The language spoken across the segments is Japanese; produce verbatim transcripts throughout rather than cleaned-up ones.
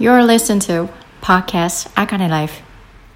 You're listening to Podcast Akane Life.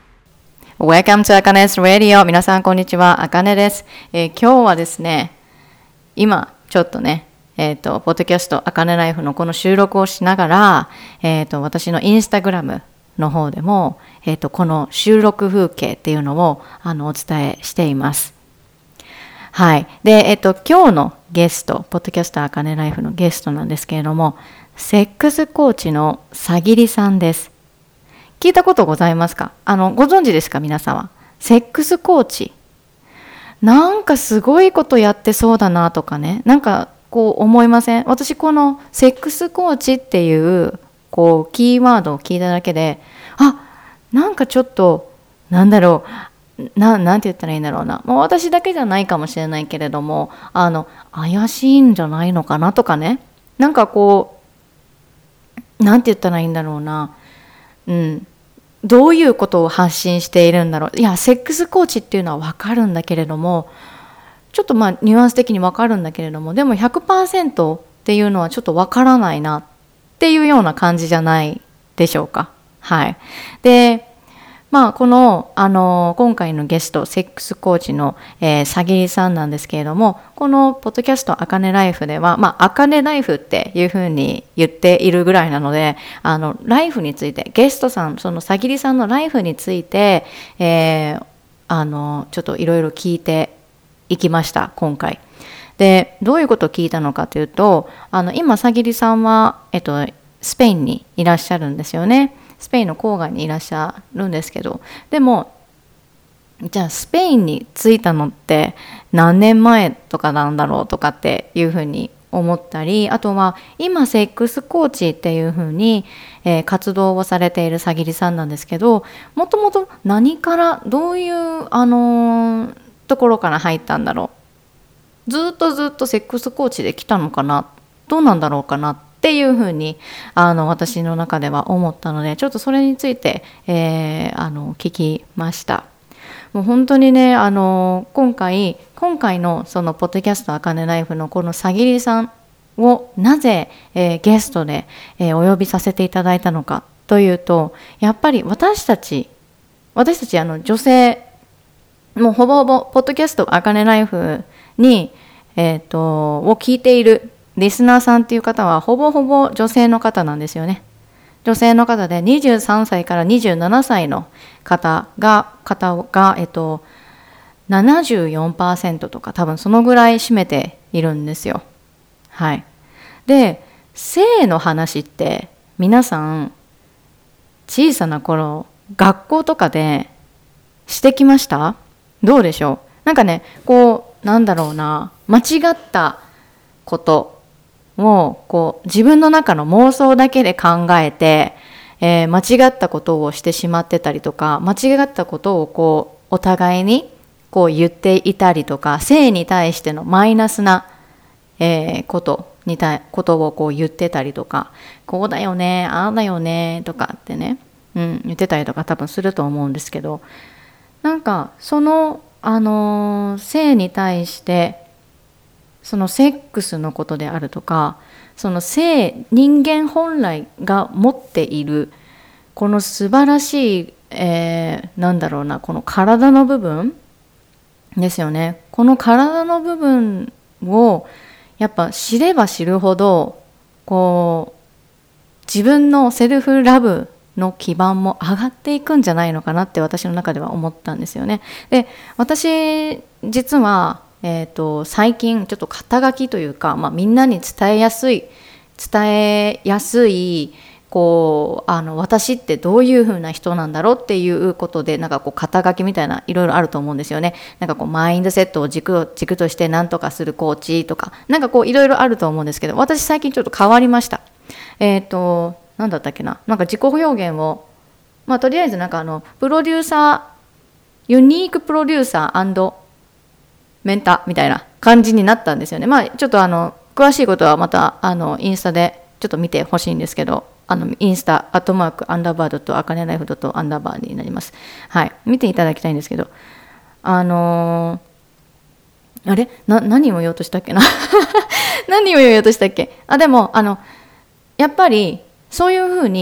Welcome to Akane's Radio. 皆さんこんにちは、あかねです。えー、今日はですね、今ちょっとね、えっ、ー、とポッドキャストあかねライフのこの収録をしながら、えっ、ー、と私のインスタグラムの方でも、えっ、とこの収録風景っていうのをあのお伝えしています。はい。で、えっ、と今日のゲスト、ポッドキャストあかねライフのゲストなんですけれども、セックスコーチのさぎりさんです。聞いたことございますか？あのご存知ですか皆様？セックスコーチ。なんかすごいことやってそうだなとかね。なんかこう思いません？私このセックスコーチっていうこうキーワードを聞いただけで、あ、なんかちょっとなんだろう。な, なんて言ったらいいんだろうな。もう私だけじゃないかもしれないけれども、あの怪しいんじゃないのかなとかね。なんかこうなんて言ったらいいんだろうな。うん、どういうことを発信しているんだろう。いや、セックスコーチっていうのは分かるんだけれども、ちょっとまあニュアンス的に分かるんだけれども、でも ひゃくパーセント っていうのはちょっと分からないなっていうような感じじゃないでしょうか。はい。で、まあこの、あの今回のゲスト、セックスコーチの、えー、さぎりさんなんですけれども、このポッドキャストあかねライフでは、まああかねライフっていうふうに言っているぐらいなので、あのライフについて、ゲストさん、そのさぎりさんのライフについて、えー、あのちょっといろいろ聞いていきました、今回。で、どういうことを聞いたのかというと、あの今さぎりさんは、えっと、スペインにいらっしゃるんですよね。スペインの郊外にいらっしゃるんですけど、でもじゃあスペインに着いたのって何年前とかなんだろうとかっていうふうに思ったり、あとは今セックスコーチっていうふうに、えー、活動をされているさぎりさんなんですけど、もともと何からどういう、あのー、ところから入ったんだろう。ずっとずっとセックスコーチで来たのかな、どうなんだろうかなっていうふうにあの私の中では思ったので、ちょっとそれについて、えー、あの聞きました。もう本当にね、あの今回今回のそのポッドキャストあかねライフのこのさぎりさんをなぜ、えー、ゲストで、えー、お呼びさせていただいたのかというと、やっぱり私たち私たちあの女性、もうほぼほぼポッドキャストあかねライフに、えー、とを聞いているリスナーさんっていう方はほぼほぼ女性の方なんですよね。女性の方でにじゅうさんさいからにじゅうななさいの方が、方が、えっと、ななじゅうよんパーセント とか多分そのぐらい占めているんですよ。はい。で、性の話って皆さん小さな頃学校とかでしてきました？どうでしょう？なんかね、こうなんだろうな、間違ったことをこう自分の中の妄想だけで考えて、えー、間違ったことをしてしまってたりとか、間違ったことをこうお互いにこう言っていたりとか、性に対してのマイナスな、えー、ことにたことをこう言ってたりとか、こうだよね、ああだよねとかってね、うん、言ってたりとか多分すると思うんですけど、なんかその、あのー、性に対してそのセックスのことであるとか、その性、人間本来が持っているこの素晴らしい、えー、なんだろうな、この体の部分ですよね。この体の部分をやっぱ知れば知るほど、こう自分のセルフラブの基盤も上がっていくんじゃないのかなって私の中では思ったんですよね。で、私実はえー、と最近ちょっと肩書きというか、まあ、みんなに伝えやすい伝えやすいこうあの私ってどういう風な人なんだろうっていうことで、なんかこう肩書きみたいないろいろあると思うんですよね。なんかこうマインドセットを軸軸として何とかするコーチとか、なんかこういろいろあると思うんですけど、私最近ちょっと変わりました。えっ、ー、と何だったっけな、なんか自己表現を、まあとりあえずなんかあのプロデューサーユニークプロデューサー&メンタみたいな感じになったんですよね。まあちょっとあの詳しいことはまたあのインスタでちょっと見てほしいんですけど、あのインスタアットマークアンダーバードとアカネライフドとアンダーバーになります。はい、見ていただきたいんですけど、あのー、あれな何を言おうとしたっけな何を言おうとしたっけあでもあのやっぱりそういうふうに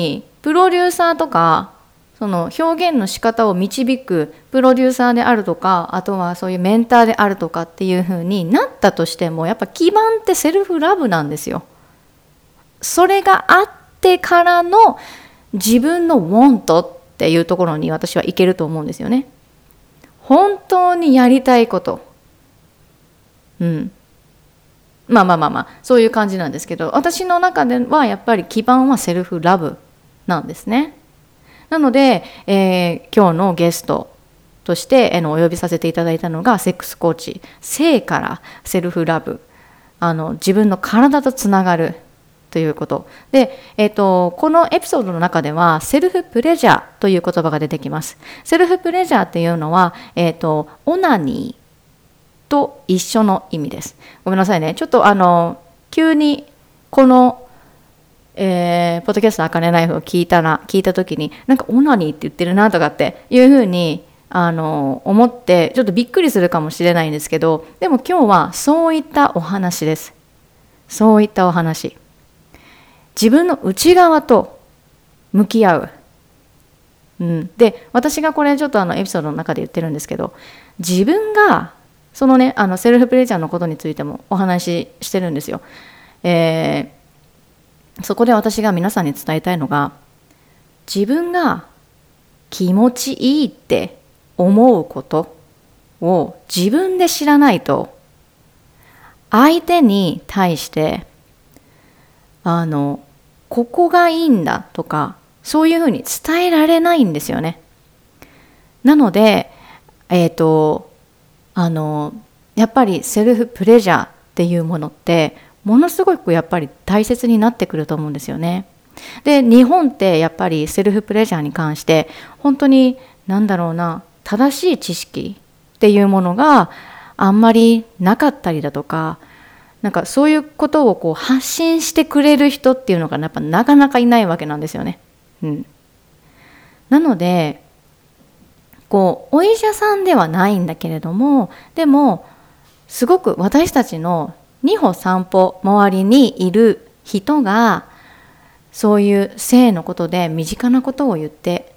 プロデューサーとかその表現の仕方を導くプロデューサーであるとか、あとはそういうメンターであるとかっていう風になったとしても、やっぱ基盤ってセルフラブなんですよ。それがあってからの自分の want っていうところに私はいけると思うんですよね。本当にやりたいこと、うん、まあまあまあまあそういう感じなんですけど、私の中ではやっぱり基盤はセルフラブなんですね。なので、えー、今日のゲストとして、えー、お呼びさせていただいたのがセックスコーチ、性からセルフラブ、あの自分の体とつながるということで、えーと、このエピソードの中ではセルフプレジャーという言葉が出てきます。セルフプレジャーっていうのは、えーと、オナニーと一緒の意味です。ごめんなさいね、ちょっとあの急にこのえー、ポッドキャストあかねナイフを聞いたら聞いた時になんかオナニーって言ってるなとかっていうふうにあの思ってちょっとびっくりするかもしれないんですけど、でも今日はそういったお話です。そういったお話、自分の内側と向き合う、うん、で私がこれちょっとあのエピソードの中で言ってるんですけど、自分がそのねあのセルフプレジャーのことについてもお話ししてるんですよ。えーそこで私が皆さんに伝えたいのが、自分が気持ちいいって思うことを自分で知らないと、相手に対してあのここがいいんだとかそういうふうに伝えられないんですよね。なのでえっとあのやっぱりセルフプレジャーっていうものってものすごくやっぱり大切になってくると思うんですよね。で、日本ってやっぱりセルフプレジャーに関して本当に何だろうな、正しい知識っていうものがあんまりなかったりだとか、なんかそういうことをこう発信してくれる人っていうのがやっぱなかなかいないわけなんですよね。うん、なのでこうお医者さんではないんだけれども、でもすごく私たちのに歩三歩周りにいる人がそういう性のことで身近なことを言って、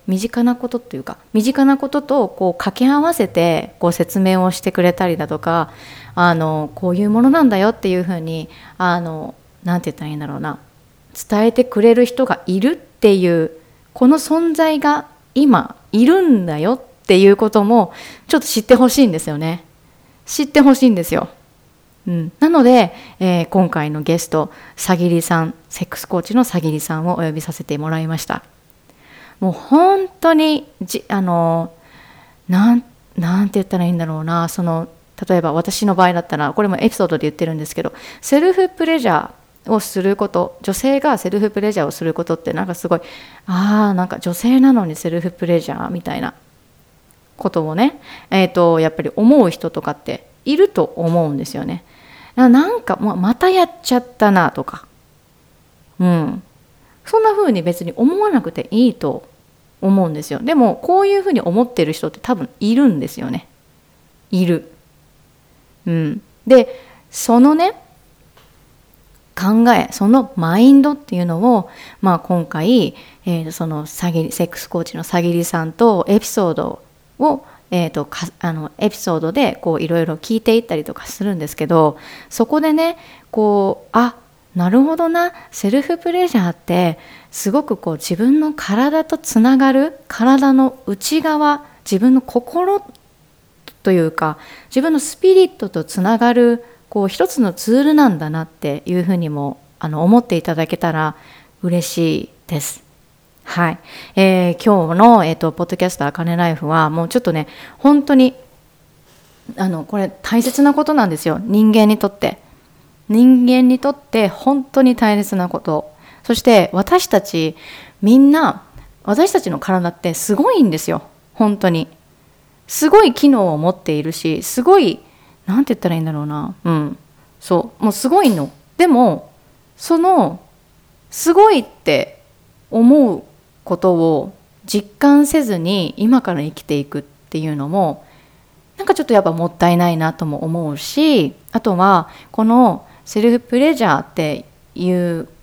身近なことっていうか身近なこととこう掛け合わせてこう説明をしてくれたりだとか、あのこういうものなんだよっていうふうにあのなんて言ったらいいんだろうな、伝えてくれる人がいるっていうこの存在が今いるんだよっていうこともちょっと知ってほしいんですよね。知ってほしいんですよ。うん、なので、えー、今回のゲストさぎりさん、セックスコーチのさぎりさんをお呼びさせてもらいました。もう本当にじあのなんなんて言ったらいいんだろうな、その例えば私の場合だったらこれもエピソードで言ってるんですけど、セルフプレジャーをすること、女性がセルフプレジャーをすることってなんかすごい、ああなんか女性なのにセルフプレジャーみたいなことをね、えーと、やっぱり思う人とかっていると思うんですよね。なんかもうまたやっちゃったなとか、うん、そんな風に別に思わなくていいと思うんですよ。でもこういう風に思ってる人って多分いるんですよね。いる。うん、でそのね考え、そのマインドっていうのを、まあ、今回、えー、そのさぎりセックスコーチのさぎりさんとエピソードをえー、とかあのエピソードでこういろいろ聞いていったりとかするんですけど、そこでねこうあなるほどな、セルフプレジャーってすごくこう自分の体とつながる、体の内側、自分の心というか自分のスピリットとつながるこう一つのツールなんだなっていうふうにもあの思っていただけたら嬉しいです。はい、えー、今日の、えーと、ポッドキャストあかねライフはもうちょっとね本当にあのこれ大切なことなんですよ。人間にとって人間にとって本当に大切なこと。そして私たちみんな、私たちの体ってすごいんですよ。本当にすごい機能を持っているし、すごいなんて言ったらいいんだろうな、うんそうもうすごいの。でもそのすごいって思うことを実感せずに今から生きていくっていうのもなんかちょっとやっぱもったいないなとも思うし、あとはこのセルフプレジャーっていう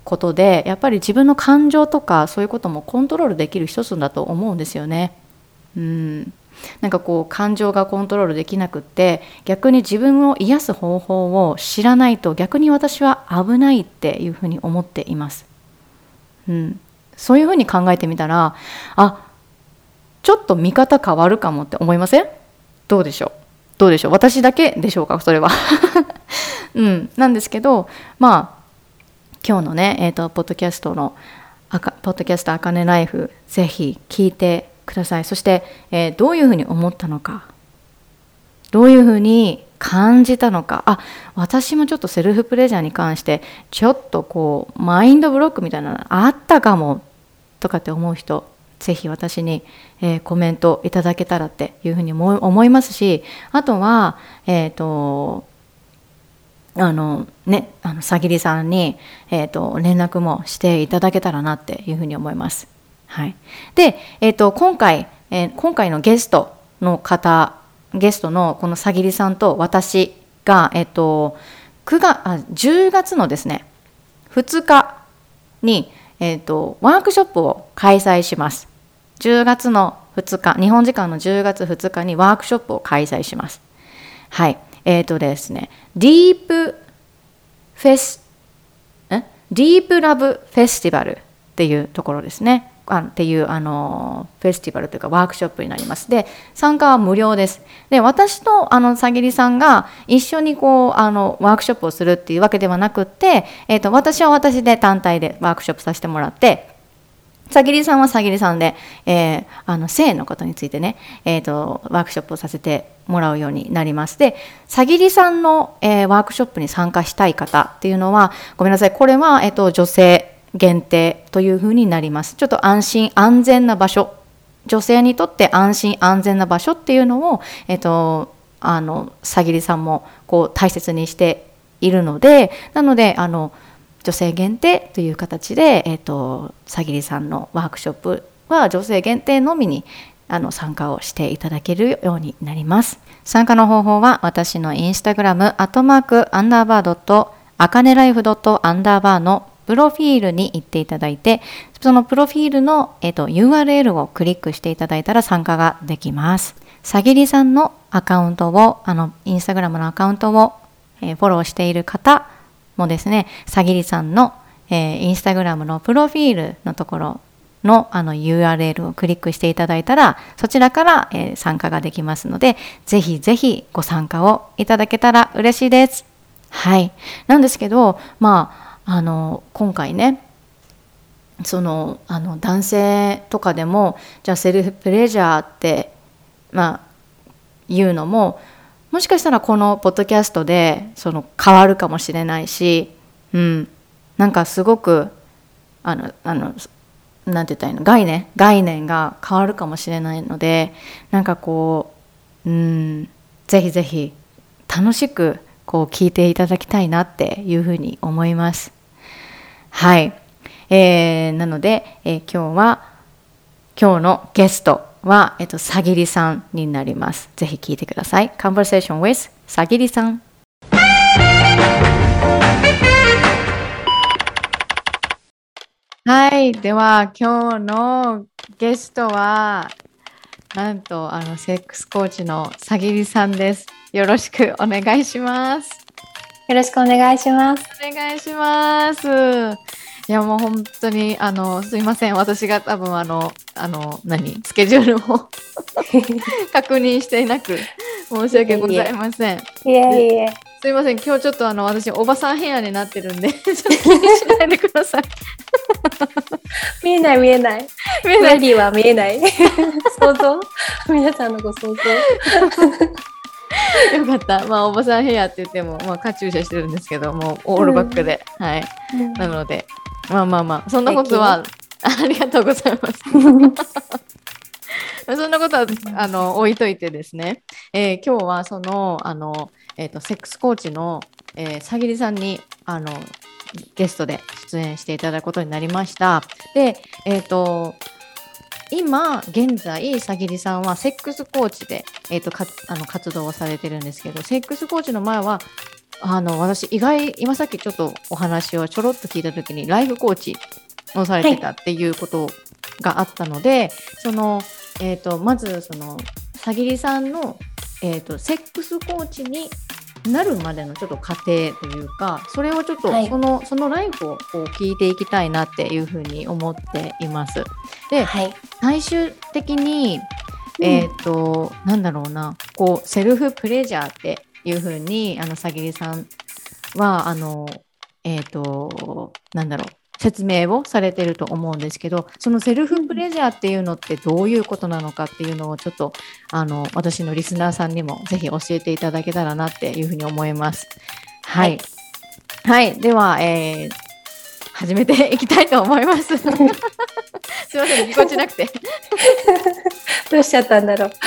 ことで、やっぱり自分の感情とかそういうこともコントロールできる一つだと思うんですよね。うん、なんかこう感情がコントロールできなくって、逆に自分を癒す方法を知らないと、逆に私は危ないっていうふうに思っています。うん、そういうふうに考えてみたら、あ、ちょっと見方変わるかもって思いません？どうでしょうどうでしょう私だけでしょうか、それは。うん、なんですけど、まあ今日のね、えーと、ポッドキャストのあかポッドキャストあかねライフ、ぜひ聞いてください。そして、えー、どういうふうに思ったのか、どういうふうに感じたのか、あ、私もちょっとセルフプレジャーに関してちょっとこうマインドブロックみたいなのあったかもとかって思う人、ぜひ私に、えー、コメントいただけたらっていうふうに思い、思いますし、あとはえっとあのね、あのさぎりさんに、えー、と連絡もしていただけたらなっていうふうに思います。はい、で、えー、と今回、えー、今回のゲストの方、ゲストのこのさぎりさんと私が、えー、とくがつあじゅうがつのですねふつかに、えー、とワークショップを開催します。じゅうがつのふつか、日本時間のじゅうがつふつかにワークショップを開催します。はい、えーとですね、ディープフェス、んディープラブフェスティバルっていうところですね。あっていうあのフェスティバルというかワークショップになります。で、参加は無料です。で、私とあのさぎりさんが一緒にこうあのワークショップをするっていうわけではなくって、えーと、私は私で単体でワークショップさせてもらって、さぎりさんはさぎりさんで、えー、あの性のことについてね、えーと、ワークショップをさせてもらうようになります。で、さぎりさんの、えー、ワークショップに参加したい方っていうのは、ごめんなさい、これは、えーと、女性限定というふうになります。ちょっと安心安全な場所、女性にとって安心安全な場所っていうのを、えーと、あのさぎりさんもこう大切にしているので、なのであの女性限定という形で、えーと、さぎりさんのワークショップは女性限定のみにあの参加をしていただけるようになります。参加の方法は私のインスタグラムアットマークアンダーバードットあかねライフドットアンダーバーのプロフィールに行っていただいて、そのプロフィールの、えーと、ユーアールエル をクリックしていただいたら参加ができます。さぎりさんのアカウントを、あのインスタグラムのアカウントを、えー、フォローしている方もですね、さぎりさんの、えー、インスタグラムのプロフィールのところの、あの ユーアールエル をクリックしていただいたら、そちらから、えー、参加ができますので、ぜひぜひご参加をいただけたら嬉しいです。はい。なんですけど、まあ、あの今回ね、そのあの男性とかでもじゃあセルフプレジャーって、まあ、言うのももしかしたらこのポッドキャストでその変わるかもしれないし、うん、なんかすごくあのあのなんて言ったらいいの、概念概念が変わるかもしれないので、なんかこう、うん、ぜひぜひ楽しくこう聞いていただきたいなっていうふうに思います。はい、えー、なので、えー、今日は今日のゲストは、えっと、さぎりさんになります。ぜひ聞いてください。Conversation with さぎりさん。はい、では今日のゲストはなんとあのセックスコーチのさぎりさんです。よろしくお願いします。 よろしくお願いします。 お願いします。いやもう本当にあのすいません、私が多分あのあの何スケジュールを確認していなく申し訳ございません。 いえいえ。 すいません、今日ちょっとあの私おばさんヘアになってるんでちょっと気にしないでください。 見えない見えない。 見えない。 メリーは見えない。想像。皆さんのご想像。 よかった。まあおばさんヘアって言ってもまあカチューシャしてるんですけどもオールバックで、うん、はい、うん、なのでまあまあまあそんなことはありがとうございます。そんなことはあの置いといてですね、えー、今日はそのあの、えー、とセックスコーチの、えー、さぎりさんにあのゲストで出演していただくことになりました。で、えっ、ー、と今現在さぎりさんはセックスコーチで、えー、とかあの活動をされてるんですけど、セックスコーチの前はあの私意外今さっきちょっとお話をちょろっと聞いた時にライフコーチをされてたっていうことがあったので、はい、その、えーと、まずそのさぎりさんの、えーと、セックスコーチになるまでのちょっと過程というか、それをちょっと、はい、そのそのライフをこう聞いていきたいなっていうふうに思っています。で、はい、最終的に、えーと、うん、なんだろうな、こうセルフプレジャーっていうふうにあのさぎりさんはあの、えーと、なんだろう説明をされてると思うんですけど、そのセルフプレジャーっていうのってどういうことなのかっていうのをちょっとあの私のリスナーさんにもぜひ教えていただけたらなっていうふうに思います。はい、はい、はい、では、えー、始めていきたいと思います。すいません、ぎこちなくてどうしちゃったんだろう。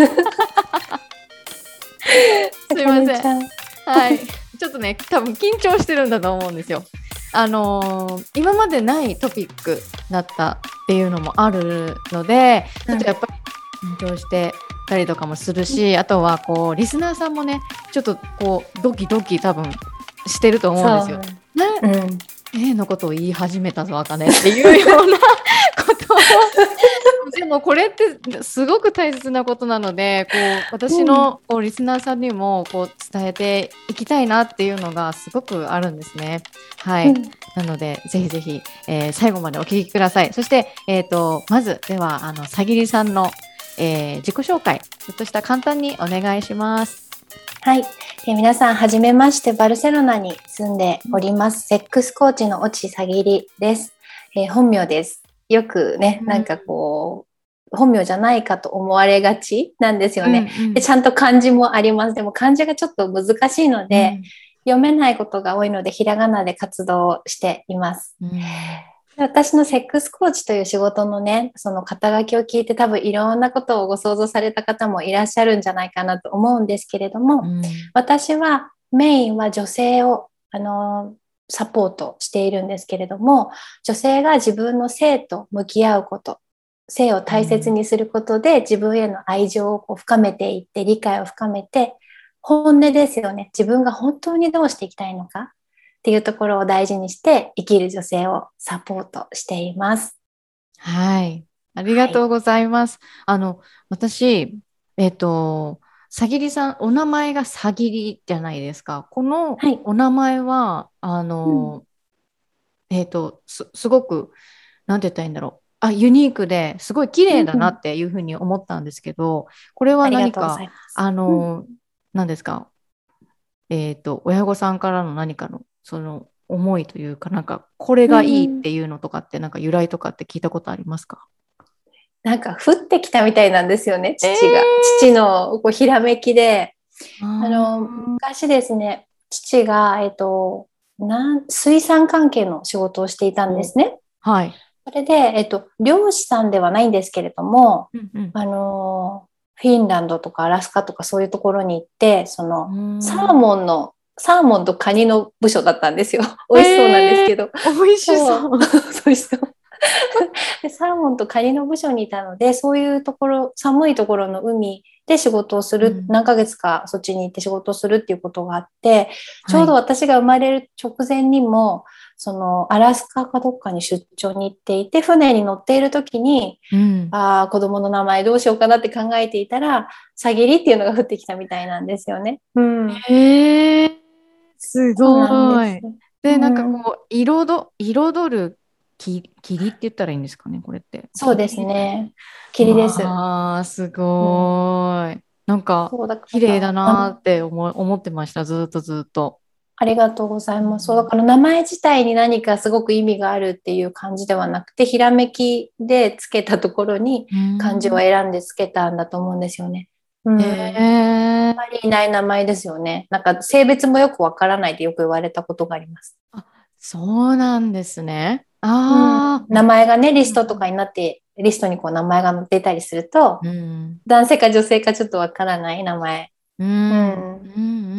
すいません。はい、ちょっとね多分緊張してるんだと思うんですよ。あのー、今までないトピックだったっていうのもあるので、ちょっとやっぱり緊張してたりとかもするし、あとはこうリスナーさんもねちょっとこうドキドキ多分してると思うんですよ。ね、うん、A のことを言い始めたぞあかねっていうようなことをでもこれってすごく大切なことなので、こう私のこうリスナーさんにもこう伝えていきたいなっていうのがすごくあるんですね。はい、うん、なのでぜひぜひ、えー、最後までお聞きください。そして、えーと、まずではあのさぎりさんの、えー、自己紹介ちょっとした簡単にお願いします。 はい、えー、皆さんはじめまして、バルセロナに住んでおります、セックスコーチの越智さぎりです。えー、本名です。よくね、なんかこう、本名じゃないかと思われがちなんですよね、うんうん、でちゃんと漢字もあります。でも漢字がちょっと難しいので、うん、読めないことが多いのでひらがなで活動しています、うん、私のセックスコーチという仕事のね、その肩書きを聞いて多分いろんなことをご想像された方もいらっしゃるんじゃないかなと思うんですけれども、うん、私はメインは女性をあのサポートしているんですけれども、女性が自分の性と向き合うこと、性を大切にすることで自分への愛情をこう深めていって理解を深めて、本音ですよね、自分が本当にどうしていきたいのかっていうところを大事にして生きる女性をサポートしています。 はい、ありがとうございます。はい、あの私えっとさぎりさん、お名前がさぎりじゃないですか。このお名前は、はい、あの、うん、えっとす、すごくなんて言ったらいいんだろう。あ、ユニークですごい綺麗だなっていうふうに思ったんですけど、これは何かあの、うん、何ですか。えっと親御さんからの何かのその思いというか、なんかこれがいいっていうのとかって、なんか由来とかって聞いたことありますか？ なんか降ってきたみたいなんですよね、父が。えー、父のこうひらめきで、あの昔ですね、父が、えっと、なん水産関係の仕事をしていたんですね。 はい。 それで、えっと、漁師さんではないんですけれども、うんうん、あのフィンランドとかアラスカとかそういうところに行って、そのサーモンのサーモンとカニの部署だったんですよ。美味しそうなんですけど。 美味しそう。 美味しそう。でサーモンとカニの部署にいたので、そういうところ、寒いところの海で仕事をする、うん、何ヶ月かそっちに行って仕事をするっていうことがあって、ちょうど私が生まれる直前にも、はい、そのアラスカかどっかに出張に行っていて、船に乗っている時に、うん、あ子供の名前どうしようかなって考えていたら、さぎりっていうのが降ってきたみたいなんですよね。うん、 へー、すごい。で、なんかこう彩彩るき霧って言ったらいいんですかね、これって。 そうですね。霧です。 ああ、すごい。うん、なんか綺麗だなって思思ってました、ずっとずっと。 ありがとうございます。そうだから名前自体に何かすごく意味があるっていう感じではなくて、ひらめきでつけたところに漢字を選んでつけたんだと思うんですよね。うん、へー、あんまりいない名前ですよね。なんか性別もよくわからないってよく言われたことがあります。 あ、そうなんですね。あ、 うん、名前がねリストとかになってリストにこう名前が載ってたりすると、うん、男性か女性かちょっとわからない名前、うんうんうん、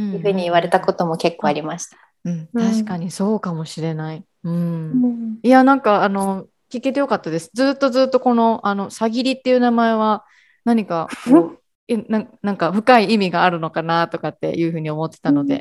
いうふうに言われたことも結構ありました。 うん、確かにそうかもしれない。うんうん、いやなんかあの聞けてよかったです。ずっとずっとこのあのさぎりっていう名前は何かこうな, なんか深い意味があるのかなとかっていうふうに思ってたので、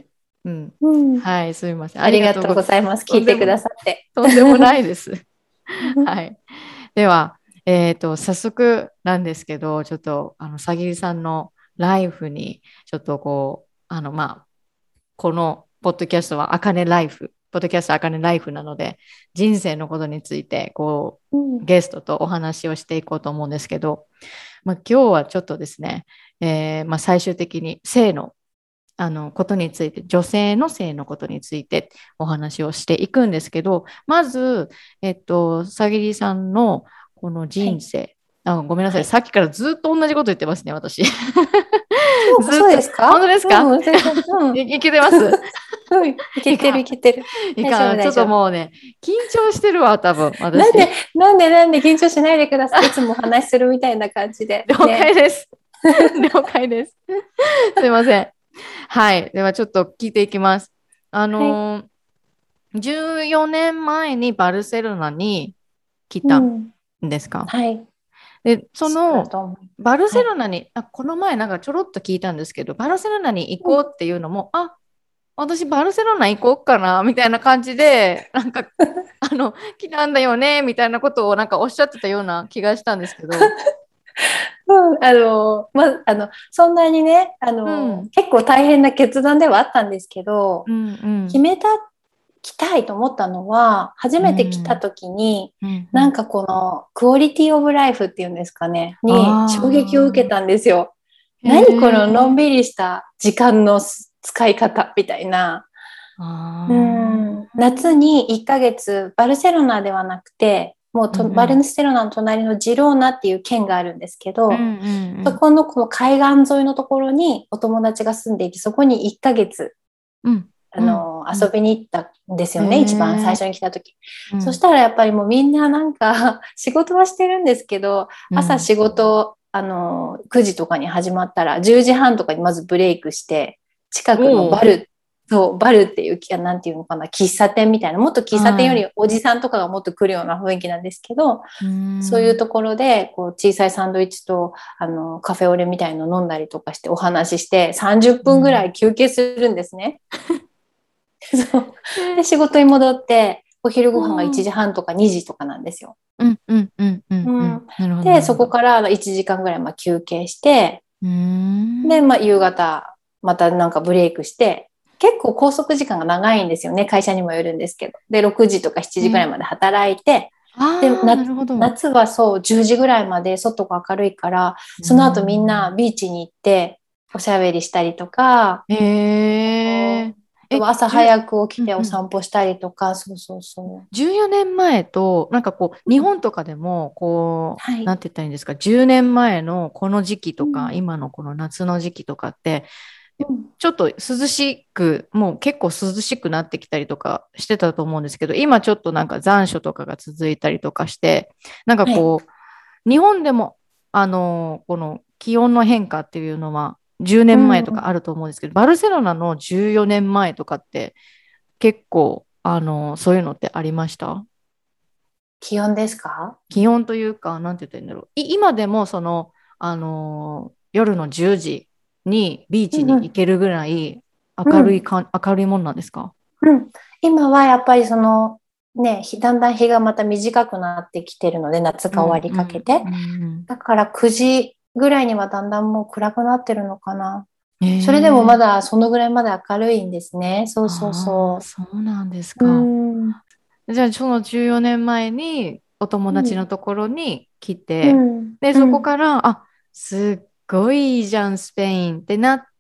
うん。 うん、 はい、すみません。 ありがとうございます。聞いてくださって。 とんでもないです。はい。では、えっと、早速なんですけど、ちょっと、あの、さぎりさんのライフに、ちょっとこう、あの、まあ、このポッドキャストはあかねライフ、ポッドキャストあかねライフなので、人生のことについて、こう、 うん、 ゲストとお話をしていこうと思うんですけど、まあ、今日はちょっとですね、えーまあ、最終的に性のあのことについて、女性の性のことについてお話をしていくんですけど、まず、えっと、さぎりさんのこのはい。 人生、あ、ごめんなさい、 はい。 さっきからずっと同じこと言ってますね、私。 そう、 ずっと、 そうですか？ 本当ですか？ うん、全然、うん。 い、いけてます？ うん、いけてる、いいかけてる。 ん、い大丈夫、 かん、ちょっ大丈夫。 ともうね、緊張してるわ、多分、私。 なんで、なんで、なんで緊張しないでください。いつもお話しするみたいな感じで。 了解ね。 です。了解です。すいません。はい。ではちょっと聞いていきます。あはい。 のーじゅうよねんまえにバルセロナに来たんうん。 ですか？ はい。 で、そそうだのと思う。 バルはい。 セロナに、あ、この前なんかちょろっと聞いたんですけど、バルセロナに行うん。 こうっていうのも、あ、私バルセロナ行こうかな、みたいな感じで、なんか、あの、来たんだよね、みたいなことをなんかおっしゃってたような気がしたんですけど、 うん、あの、ま、あの、そんなにね、あの、 うん、 結構大変な決断ではあったんですけど、 うん、うん、 決めた、来たいと思ったのは、初うめて来たん、 時に、 うん、うん。 なんかこのクオリティオブライフっていうんですかね、に衝撃を受けあたんですよ。 あ、へ何こののんえ、 びりした時間の使い方みたいな。うあん、夏にいっかげつ、バルセロナではなくて、もうあ、うん、 とうん、 バルセロナの隣のジローナっていう県があるんですけうん、 ど、 うん、うん、 そこのこの海岸沿いのところにお友達が住んでいて、そこにいっかげつ、 うん、 あうん、 の、 うん。 遊びに行ったんですへよね、一番最え、 初に来た時。 うん、 そしたらやっぱりもうみんななんか仕事はしてるんですけど、 うん。 朝仕事、あの、くじとかに始まったらじゅうじはんとかにまずブレイクして、近くのおお、 バル、そう、バルっていう、なんていうのかな、喫茶店みたいな、もっと喫茶店よはりおじさんとかがもっと来るような雰囲気なんですけど、 い。うーん。 そういうところで、こう、小さいサンドイッチと、あの、カフェオレみたいの飲んだりとかしてお話しして、さんじゅっぷんぐらい休憩するんですね。そう。で、 えー、 仕事に戻って、お昼ご飯が1 うん、 時半とかにじとかなんですよ。 うん、うん、うん、うん。 ううん。 ん。 なるほど、なで、 るほど。 そこからいちじかんぐらいまあ休憩して、 うーで、 ん。 まあ夕方、またなんかブレイクして、結構拘束時間が長いんですよね。会社にもよるんですけど。で、ろくじとかしちじぐらいまで働いて、で、 ああー、な夏、 るほど。 夏はそう、じゅうじぐらいまで外が明るいから、 うーその後みんなん。 ビーチに行って、おしゃべりしたりとか、 へえ。え、 朝じゅ、 早く起きておうんうん。 散歩したりとか、そうそうそう。 じゅうよねんまえと、なんかこう、日うん、 本とかでも、こう、 はい。 なんて言ったらいいんですか、じゅうねんまえのこの時期とか、 うん、 今のこの夏の時期とかって、 うん、 ちょっと涼しく、もう結構涼しくなってきたりとかしてたと思うんですけど、今ちょっとなんか残暑とかが続いたりとかして、なんかはい。 こう、日本でも、あの、この気温の変化っていうのは10 う年前とかん、 あると思うんですけど、バルセロナのじゅうよねんまえとかって結構、あの、そういうのってありました？ 気温ですか？ 気温というか、なんて言ったらいいんだろう。い今でもその、あのー夜のじゅうじにビーチに行うん、 けるぐらいうん、 明るいか、明るいもんなんですか？ うん。今はやっぱりその、ね、日だんだん日がまた短くなってきてるので、夏うんが終わりうん、 かけて。 うんだからくじぐらいにはだんだんもう暗くなってるのかな。 うん。 それでもえー、 まだそのぐらいまで明るいんですね。そうそうああ、 そそうなんですう。うか。 ん、 じゃあ、そのじゅうよねんまえにお友うん、 達のところに来て、 うん、 で、そこうん、 から、あ、すっごいいいじゃん、スペインってなって、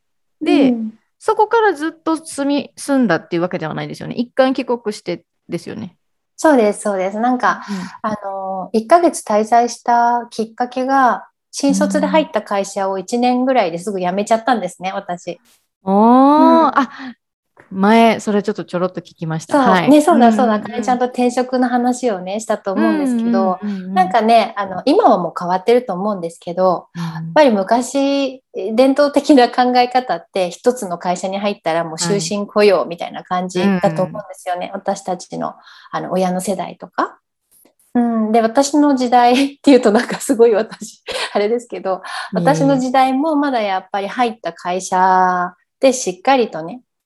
で、 うん。 そこからずっと住み、住んだっていうわけではないですよね。一回帰国してですよね。 そうです、そうです。なんか、 うん。 あの、いっかげつ滞在したきっかけが、 う新卒で入っん。 た会社をいちねんぐらいですぐ辞めちゃったんですね、私。 おー、 うん。 あ、前、それちょっとちょろっと聞きました。 そう、ね、 はい。 そうだ、そうだ、 うんうあかねちゃんんと転職の話をね、したとうん。う思うんですけど、 んうんうんうん。 なんかね、あの、今はもう変わってると思うんですけど、 うん。 やっぱり昔、伝統的な考え方って一つの会社に入ったらもう終はい。 身雇用みたいな感うじだと思うんん。 ですよね。私たちの、あの親の世代とか。うん、で、私の時代っていうとなんかすごい私、あれですけど、 いえいえ。 私の時代もまだやっぱり入った会社でしっかりとね、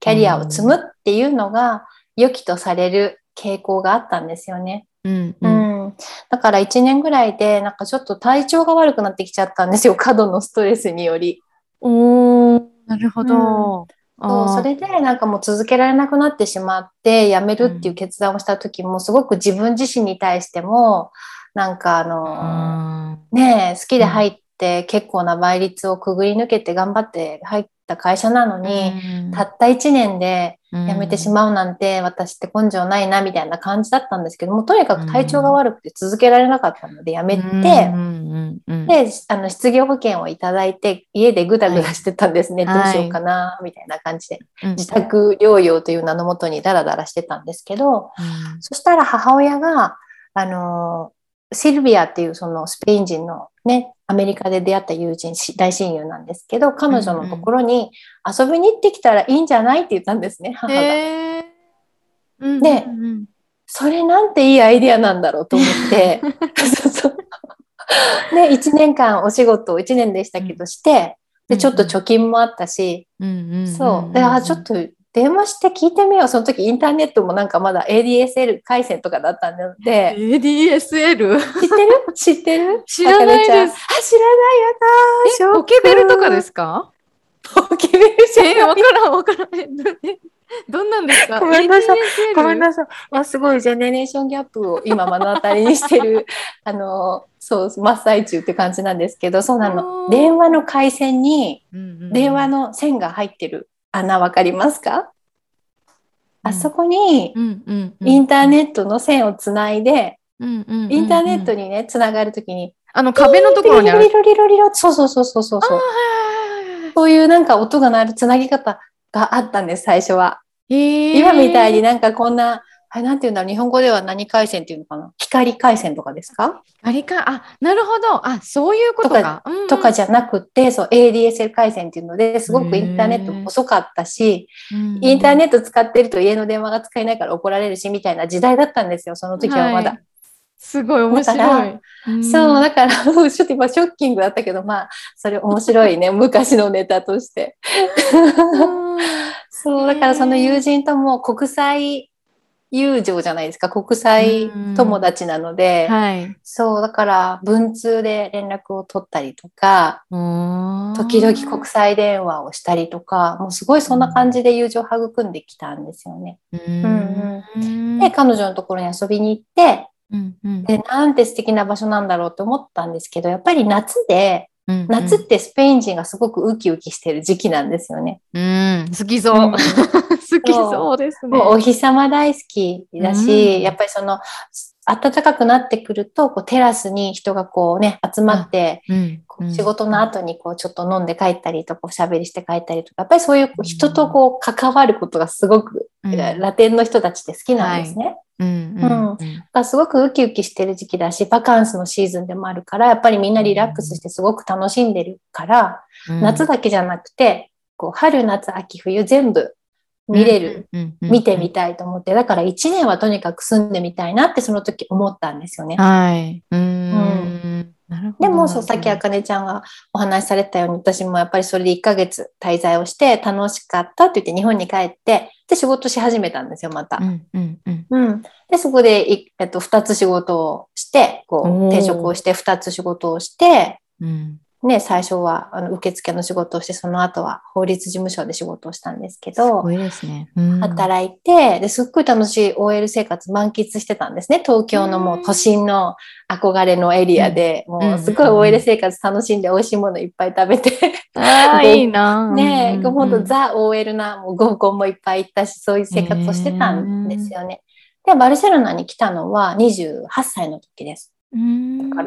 キャリアを積むっていうのが良きとされる傾向があったんですよね。 うんううんん、だからいちねんぐらいでなんかちょっと体調が悪くなってきちゃったんですよ、過度のストレスにより。 おー、なるほうん、 ど。 そう、そあれでなんかもう続けられなくなってしまって辞めー、うるっていうん。 決断をした時もすごく自分自身に対してもなんかあのあねえ好きー、うん。 で入って結構な倍率をくぐり抜けて頑張って入った会社なのうにたん。 ったいちねんでう辞めてしん。 まうなんて私って根性ないなみたいな感じだったんですけども、とにかうく体調がん。 悪くて続けられなかったので辞うめて、 ん。うん。 で、あの失業保険をいただいて家でぐだはい。 ぐだしてたんですね。どうしようかはい。 なみたいな感じでうん。 自宅療養という名のもとにダラダラしてたんですけど、 うん。 そしたら母親があのシルビアっていうそのスペイン人のねアメリカで出会った友人大親友なんですけど、彼女のところに遊びに行ってきたらいいんじゃないって言ったんですね、 へ母が。 え。うんうんで、 うん。 それなんていいアイディアなんだろうと思ってそうそうで、いちねんかんお仕事をいちねんでしたけどして、で、ちょっとうんうん貯金もあったし、 うんうんうんそう。で、あ、ちょっうんと電話して聞いてみよう。その時インターネットもなんかまだ エーディーエスエル 回線とかだったので、 エーディーエスエル知ってる知ってる知らあかねちゃん。あ、 ないです。 知らないやだえ、 ー、ショッポケベルとかでク。 すか？ ポケベルじゃえー、 ない。 わからんわからん。えどえどんなんですか？ ごめんなさい。ごめんエーディーエスエル？ なさい。あ、すごいジェネレーションギャップを今目の当たりにしてる、あの、そう、真っ最中って感じなんですけど、そうなの。 おー。 電話の回線にうんうん電話の線が入ってる穴わかりますか？ うん。 あそこにうんうんうインターんうんネットの線をつないで、 うんうんインターネットうんうん。 にね、つながるときに、 あのピー壁のンってリロリところにある。 ロリロリロ、そうそうそうそうそうああ、 そう。 はいはいはいはい。 そういうなんか音が鳴るつなぎ方があったんです、最初は。今みたいへえ。 になんかこんな、あ、なんていうんだろう、日本語では何回線っていうのかな、光回線とかですかあれか、あ、なるほど。あ、そういうことか、 とか。うんとかじゃなくて、そう、エーディーエスエル 回線っていうので、すうん。 ごくインターネットもへえ。 遅かったし、 うんインターネット使ってると家の電話が使えないから怒られるし、みたいな時代だったんですよ、そのうん。 時はまだ。 はい。すごいだ面から、 白い。うそう、 ん。 だから、ちょっと今ショッキングだったけど、まあ、それ面白いね、昔のネタとして。 うん。 そう、だからその友へえ。 人とも国際友情じゃないですか、国う際友ん。 達なので、 はい。 そう、だから文通で連絡を取ったりとか、 お時々国ー。 際電話をしたりとか、もうすごいそんな感うん。 じで友情を育んできたんですよね。 ううんん。 うん。で、彼女のところに遊びに行って、 うんうん。 で、なんて素敵な場所なんだろうと思ったんですけど、やっぱり夏で、 うんうん。 夏ってスペイン人がすごくウキウキしてる時期なんですよね。 うん、好きうそう。 ん。 好きそそうですう。もうおね。 日様大好きうだし、やっん。 ぱりその、暖かくなってくると、こうテラスに人がこうね、集まっあ、 て、 うん、うん、 こう仕事うん。 の後にこうちょっと飲んで帰ったりとか、おしゃべりして帰ったりとか、やっぱりそういうこうう人とん。 こう関わることがすごく、 うん。 ラテンの人たちって好きなんはい。 ですね。 うん、 うん。 うん、 だかうん。 らすごくウキウキしてる時期だし、バカンスのシーズンでもあるから、やっぱりみんうなリラックスしん。 てすごく楽しんでるから、 うん。 夏だけじゃなくて、こう春、夏、秋、冬全部うん、 見れる、 うん、うん、うん。 見てみたいと思って、だからいちねんはとにかく住んでみたいなってその時思ったんですよね。 はい。うーうん。 ん。なるほど、 でも、そう、さっきあなるほど。 かねちゃんがお話しされたように、私もやっぱりそれでいっかげつ滞在をして楽しかったって言って日本に帰って、で、仕事し始めたんですよ、また。 うん、うん、うん。 うん。で、そこでい、えっと、ふたつ仕事をして、こう、転職おー。 をしてふたつ仕事をして、 うん。 ね、最初はあの受付の仕事をして、その後は法律事務所で仕事をしたんですけど、 すごいですね。うん。 働いて、ですっごい楽しい オーエル 生活満喫してたんですね。東う京のもう都ん。 心の憧れのエリうん。 アで、 うん、 もうすごいうん、うオーエルん。 生活楽しんで美味しいものいっぱい食べてああ、いいごな。うん、 ねえ、 うん、 ほんとうん。 ザ・ オーエル なもう合コンもいっぱい行ったし、そういうへ生活をしてたんですえ。 よね。で、バルセロナに来たのはにじゅうはっさいの時です。 うん。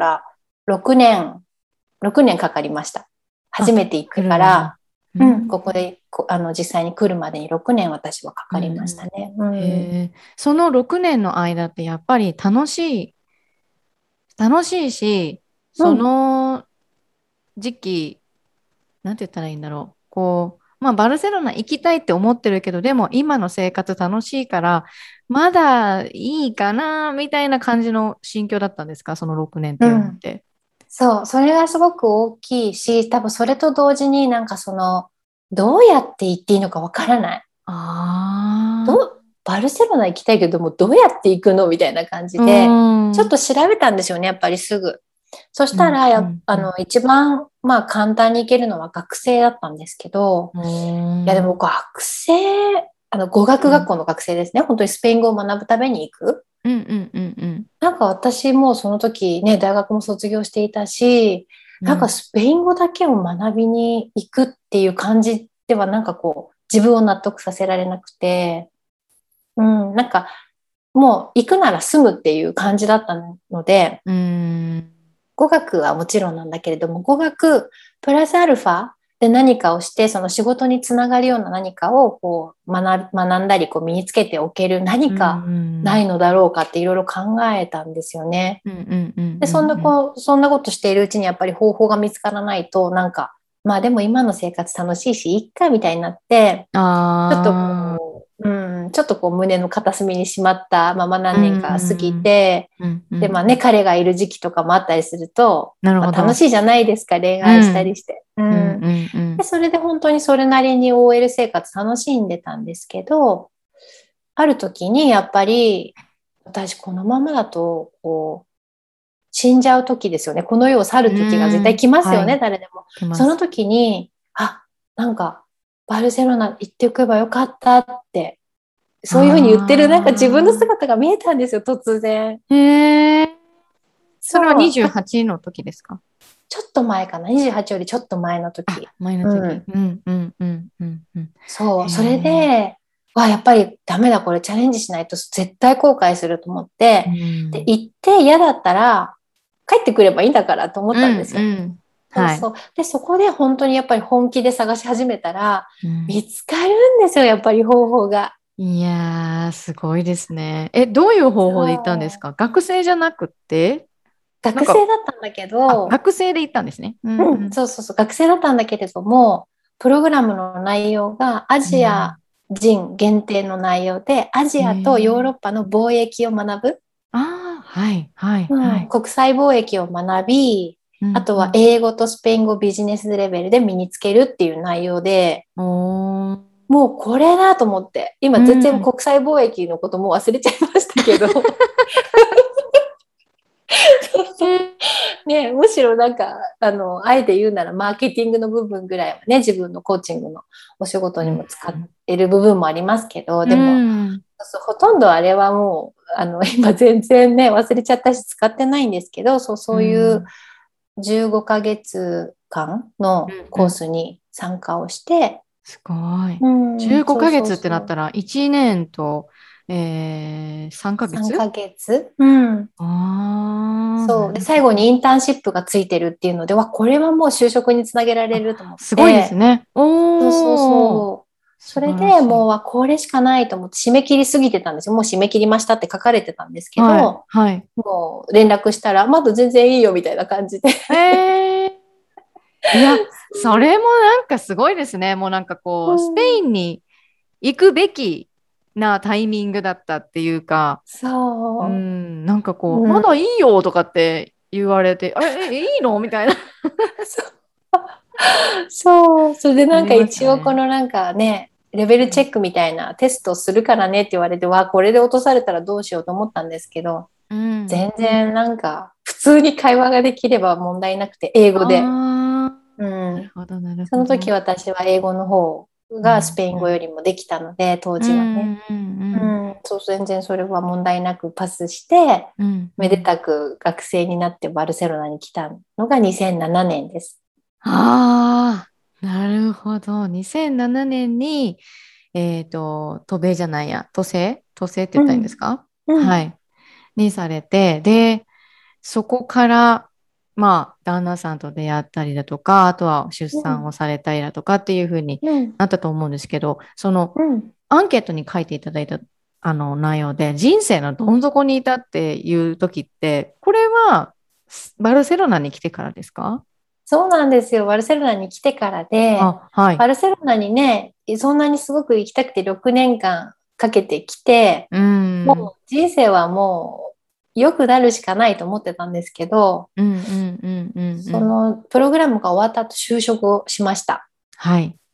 だからろくねん、ろくねんかかりました。初あ、 めて行って来るのに。 から、うん、 うん。 ここでこあの実際に来るまでにろくねん私はかうんかりましたうんね。うん。 へえ、そのろくねんの間ってやっぱり楽しい、楽しいし、そうん。 の時期、なんて言ったらいいんだろう。こう、まあ、バルセロナ行きたいって思ってるけど、でも今の生活楽しいから、まだいいかな、みたいな感じの心境だったんですか、そのろくねんっていうのっうん。 て。 そう、それがすごく大きいし、多分それと同時になんかその、どうやって言っていいのかわからない。 あどうバルセロナ行きたいけどもどうやって行くのみたいな感じで、 うんちょっと調べたんですよね、やっぱりすぐ。そしたらや、 うんうんあの一番、まあ、簡単に行けるのは学生だったんですけど、 うんいやでも学生、あの語学学校の学生ですね、本当にスペイン語を学ぶために行く。 うんうんうんうんなんか私もその時ね、大学も卒業していたし、なんかスペイン語だけを学びに行くっていう感じではなんかこう自分を納得させられなくて、うん、なんかもう行くなら住むっていう感じだったので、 うん語学はもちろんなんだけれども、語学プラスアルファで何かをして、その仕事につながるような何かをこう学、学んだりこう身につけておける何かないのだろうかっていろいろ考えたんですよね。 うんうんうんで、そんなこう、そんなことしているうちにやっぱり方法が見つからないと、なんか、まあでも今の生活楽しいし、いっかみたいになって、ちょっとああこう、うん、ちょっとこう胸の片隅にしまったまま何年か過ぎうんて、 うんうんで、まあね、彼がいる時期とかもあったりすると、まあ、 なるほど楽しいじゃないですか、恋愛したりして。ううんうんん。 うんで、それで本当にそれなりに オーエル 生活楽しんでたんですけど、ある時にやっぱり、私このままだと、こう、死んじゃう時ですよね。この世を去る時が絶対来ますよね、 はい誰でも。 来ますその時に、あ、なんか、バルセロナ行っておけばよかったって、そういうふうに言ってる、なんか自分の姿が見えたんですよ、突然。 へえ。それはそう。だにじゅうはちの時ですか？ ちょっと前かな。にじゅうはちよりちょっと前の時。 前の時。 うん。 うんうんうんうんうん。 そう。 へそれえ。 で、わ、やっぱりダメだ、これチャレンジしないと絶対後悔すると思っうて、で、 ん行って嫌だったら帰ってくればいいんだからと思うんったんですよ。 うん。はい。 そうそう。で、そこで本当にやっぱり本気で探し始めたら、 うん見つかるんですよ、やっぱり方法が。 いやー、すごいですね。え、どういう方法で行ったんですそう。 か？学生じゃなくてなんか、 学生だったんだけあ、 ど、 学生で行ったんですね。うんうん、 うん。 そうそうそう、学生だったんだけれども、プログラムの内容がアジアうん人限定の内容で、アジへアとヨーロッえ。 パの貿易を学ぶ、 ああ、はいはいうん、 はい。 国際貿易を学び、あとはうんうん。 英語とスペイン語ビジネスレベルで身につけるっていう内容で、 おー。 もうこれだと思って、今全然うん国際貿易のことも忘れちゃいましたけど、そうそうね、むしろなんか、あの、あえて言うならマーケティングの部分ぐらいはね、自分のコーチングのお仕事にも使ってる部分もありますけど、 うでも、 ん。 そうほとんどあれはもう、あの、今全然ね、忘れちゃったし使ってないんですけど、そう、そういうじゅうごかげつかんのコーうんスに参加をして、 すごい。 うん、 15 そうヶ月ってそうそう、 なったら、いちねんと、えー、3ヶ 3 月ヶ月、うん、 ああー、なそう。で、 るほど。 最後にインターンシップがついてるっていうので、わ、これはもう就職につなげられると思っすごいですて、 ね。 そうそうおー、 そう。そ素れ晴らしい。 でもう、わ、これしかないと思って締め切りすぎてたんですよ。もう締め切りましたって書かれてたんですけはい、 ど、 はい。 もう連絡したら、まだ全然いいよみたいな感じで。 えー、いや、それもなんかすごいですね。もうなんかこう、スペインに行くべきなタイミングだったっていうか、うそん、なんかう。 こう、 うん。 まだいいよとかって言われて、え、えいいのみたいな。 そう。それでなんかありました一応こね。 のなんかね、レベルチェックみたいなテストするからねって言われて、わ、これで落とされたらどうしようと思ったんですけど、 うん。 全然なんか普通に会話ができれば問題なくて、英語で。 あうあ、なるん。 ほど、なるその時ほど。 私は英語の方がスうん、 ペイン語よりもできたので、当う時はね。 ん、うん、 うん、そう、全然それは問題なくパスして、 うん、うん。 めでたく学生になってバルセロナに来たのがにせんななねんです。 ああ、なるほど。にせんななねんに、えっと、渡米じゃないや、都政都政って言ったらいいんですうん、 か？ うん、 はい。にされて、で、そこから、まあ、旦那さんと出会ったりだとか、あとは出うん、 産をされたりだとかっていうふうにうん、 なったと思うんですけど、その、 うん。 アンケートに書いていただいたあの内容で、人生のどん底にいたっていう時って、これはバルセロナに来てからですか？ そうなんですよ。バルセロナに来てからで、 あ、はい。 バルセロナにね、そんなにすごく行きたくてろくねんかんかけてきて、 うん。 もう人生はもう良くなるしかないと思ってたんですけど、 うんうんうんうんうん。 そのプログラムが終わった後就職をしました。 はい。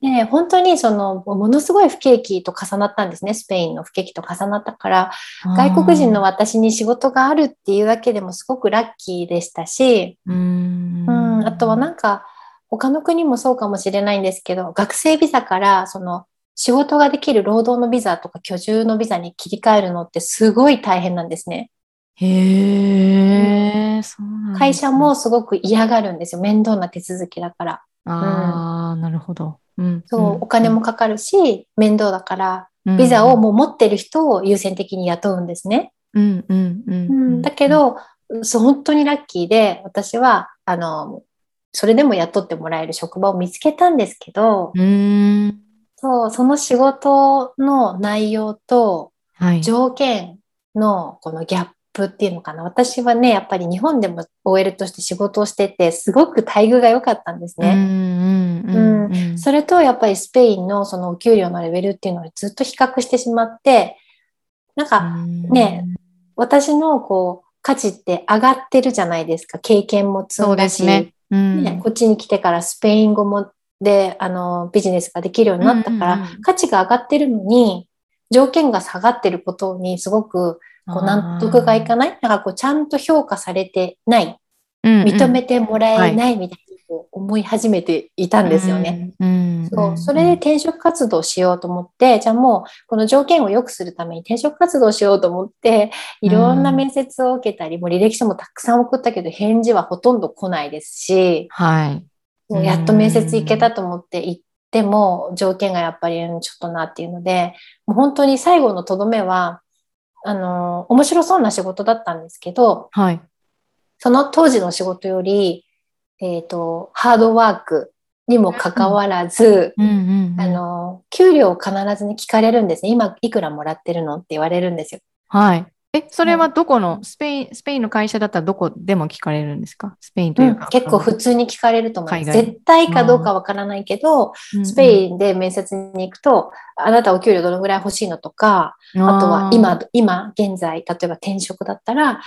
で、本当にその、ものすごい不景気と重なったんですね。スペインの不景気と重なったから、外国人のあ私に仕事があるっていうだけでもすごくラッキーでしたし、 ーうーうん、あとはん。 なんか、他の国もそうかもしれないんですけど、学生ビザからその仕事ができる労働のビザとか居住のビザに切り替えるのってすごい大変なんですね。うん、 へえ、そうなん会ですね。 社もすごく嫌がるんですよ。面倒な手続きだから。うん、 ああ、なるほど。うん、うそう、おん、うん、 金もかかるし、面倒だから、 うん、 ビザをうん、 もう持ってる人を優先的に雇うんですね。 うん、うん、うん、ううん、だん、うん。 けど、そう本当にラッキーで、私は、あの、それでも雇ってもらえる職場を見つけたんですけど、 うーん。 そう、その仕事の内容とはい。 条件のこのギャップっていうのかな。私はね、やっぱり日本でも オーエル として仕事をしてて、すごく待遇が良かったんですうん、 ね。 うん、ううん、 ん、 うん。 それとやっぱりスペインのそのお給料のレベルっていうのをずっと比較してしまって、なんうーかね、 ん。 私のこう価値って上がってるじゃないですか。経験も積そうんだですね。 し、 うね、 ん。 こっちに来てからスペイン語もで、あの、ビジネスができるようにうん、 なったから、 うん、 価値が上がってるのに、条件が下がってることにすごくうん。 こう納得がいかああ。 ない。なんかこうちゃんと評価されてない、 うん、う認めん。 てもらえはい。 ないみたいにこう思い始めていたんうですよね。 ん、うん、うそう、 ん、 それでうん。 転職活動しようと思って、じゃあもうこの条件を良くするために転職活動しようと思って、いうろんなん。 面接を受けたり、もう履歴書もたくさん送ったけど、返事はほとんど来ないですし、 はい。うもうやっと面接行けたん。 と思って行っても、条件がやっぱりうんちょっとなっていうので、もう本当に最後のとどめは、あの、面白そうな仕事だったんですけど、 はい。 その当時の仕事より、えっと、ハードワークにもかうん、 かわらず、 うん、うん、 あうん。 の、給料を必ずね、聞かれるんですね。今、いくらもらってるのって言われるんですよ。 はい。え、それはもどこの、スペイン、スペインの会社だったらどこでも聞かれるんですか？スペインとう、うん、 いうか、 結構あの、 普通に聞かれると思います。 海外。 絶対かどうああ。 かわからないけど、スペうん、 インで面接に行くと、あなたお給料どのぐらい欲しいのとか、 うん。 あとはああ。 今、今、現在、例えば転職だったら、 うん。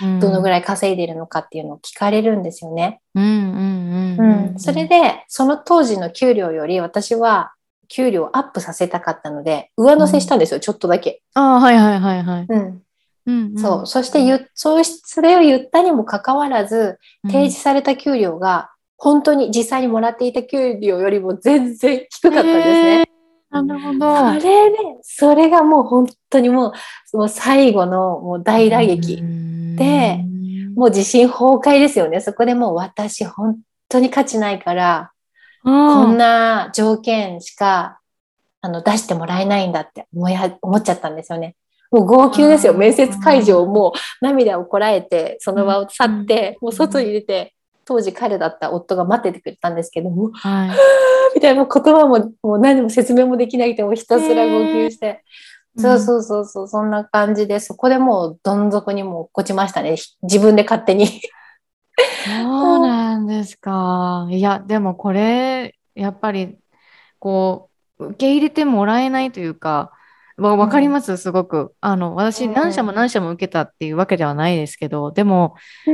どのぐらい稼いでるのかっていうのを聞かれるんですよね。 うん、うん、うん、 ううん。 ん。うん。 それで、その当時の給料より私は給料をアップさせたかったので、上乗せしうん。 たんですよ、ちょっとだけ。 ああ、はい、はい、はい、はい。 うん。 うん、うそう。 ん。 そして言そうし、それを言ったにもかかわらず、提うん。 示された給料が、本当に実際にもらっていた給料よりも全然低かったんですええね。 ー、なるほそど。 れで、それがもう本当にもう、もう最後のもうう大打撃ーで、 ん。 もう自信崩壊ですよね。そこでもう私本当に価値ないから、こんあな条件しかあの出してもらえないんだって思いは思っちゃったんですよね。もう号泣ですよ。面接会場あ。 もう涙をこらえて、そうん、 の場を去うん、 って、もう外にうん。 出て、当時彼だった夫が待っててくれたんですけども、ははい。 ぁみたいな言葉ももう何も説明もできなくて、もうひたすら号ええー。 泣して、 うん。 そうそうそうそう、そんな感じで、そこでもうどん底にもう落っこちましたね。自分で勝手に。 そうなんですか。いや、でもこれ、やっぱり、こう、受け入れてもらえないというか、わ、 うん。 わかります、すごく。あの、 う私、何社もん。 何社も受けたっていうわけではないですけど、でも、 うん。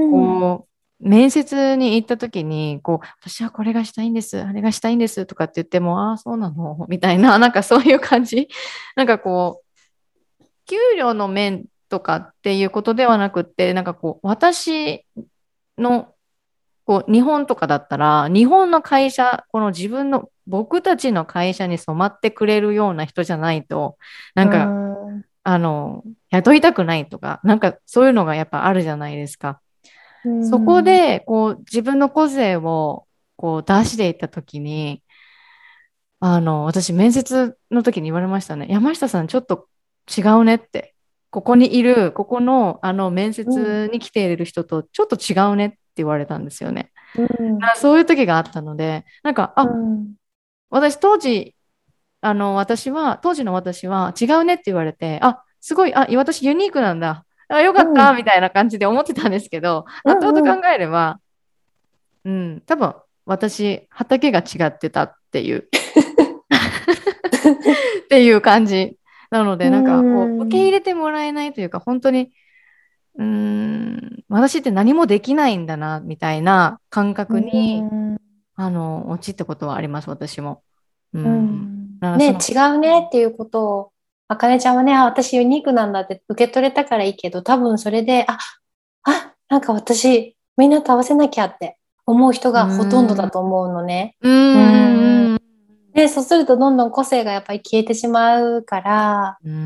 こう、面接に行った時に、こう、私はこれがしたいんです、あれがしたいんですとかって言っても、ああ、そうなのみたいな、なんかそういう感じ。なんかこう、給料の面とかっていうことではなくって、なんかこう、私のこう日本とかだったら、日本の会社、この自分の、僕たちの会社に染まってくれるような人じゃないと、なうんか、 ん。 あの、雇いたくないとか、なんかそういうのがやっぱあるじゃないですか。 うそこん。 で、こう、自分の個性を、こう、出していったときに、あの、私、面接の時に言われましたね。山下さん、ちょっと違うねって。ここにいる、ここの、あの、面うん。 接に来ている人とちょっと違うねって言われたんですよね。 うん。 あ、そういう時があったので、なんか、あ、 うん。 私当時、あの、私は、当時の私は違うねって言われて、あ、すごい、あ、私ユニークなんだ。あ、よかうん。 った、みたいな感じで思ってたんですけど、 うん。う後々 ん。 考えれば、うん、多分、私、畑が違ってたっていう、っていう感じ。なのうで、なんか、こう、受け入ん。 れてもらえないというか、本当に、うーん、私って何もできないんだな、みたいな感う覚に、 ん。 あの、陥ったことはあります、私も。 ううんん、 だからね、 そ違うねっていうことを、あかねちゃんはね、あ、私ユニークなんだって受け取れたからいいけど、多分それで、あ、あ、なんか私、みんなと合わせなきゃって思う人う、うがほとんどん、 だと思うのね。 うん、 ううん、 ん。 うん、 で、そうするとどんどん個性がやっぱり消えてしまうから、 うん、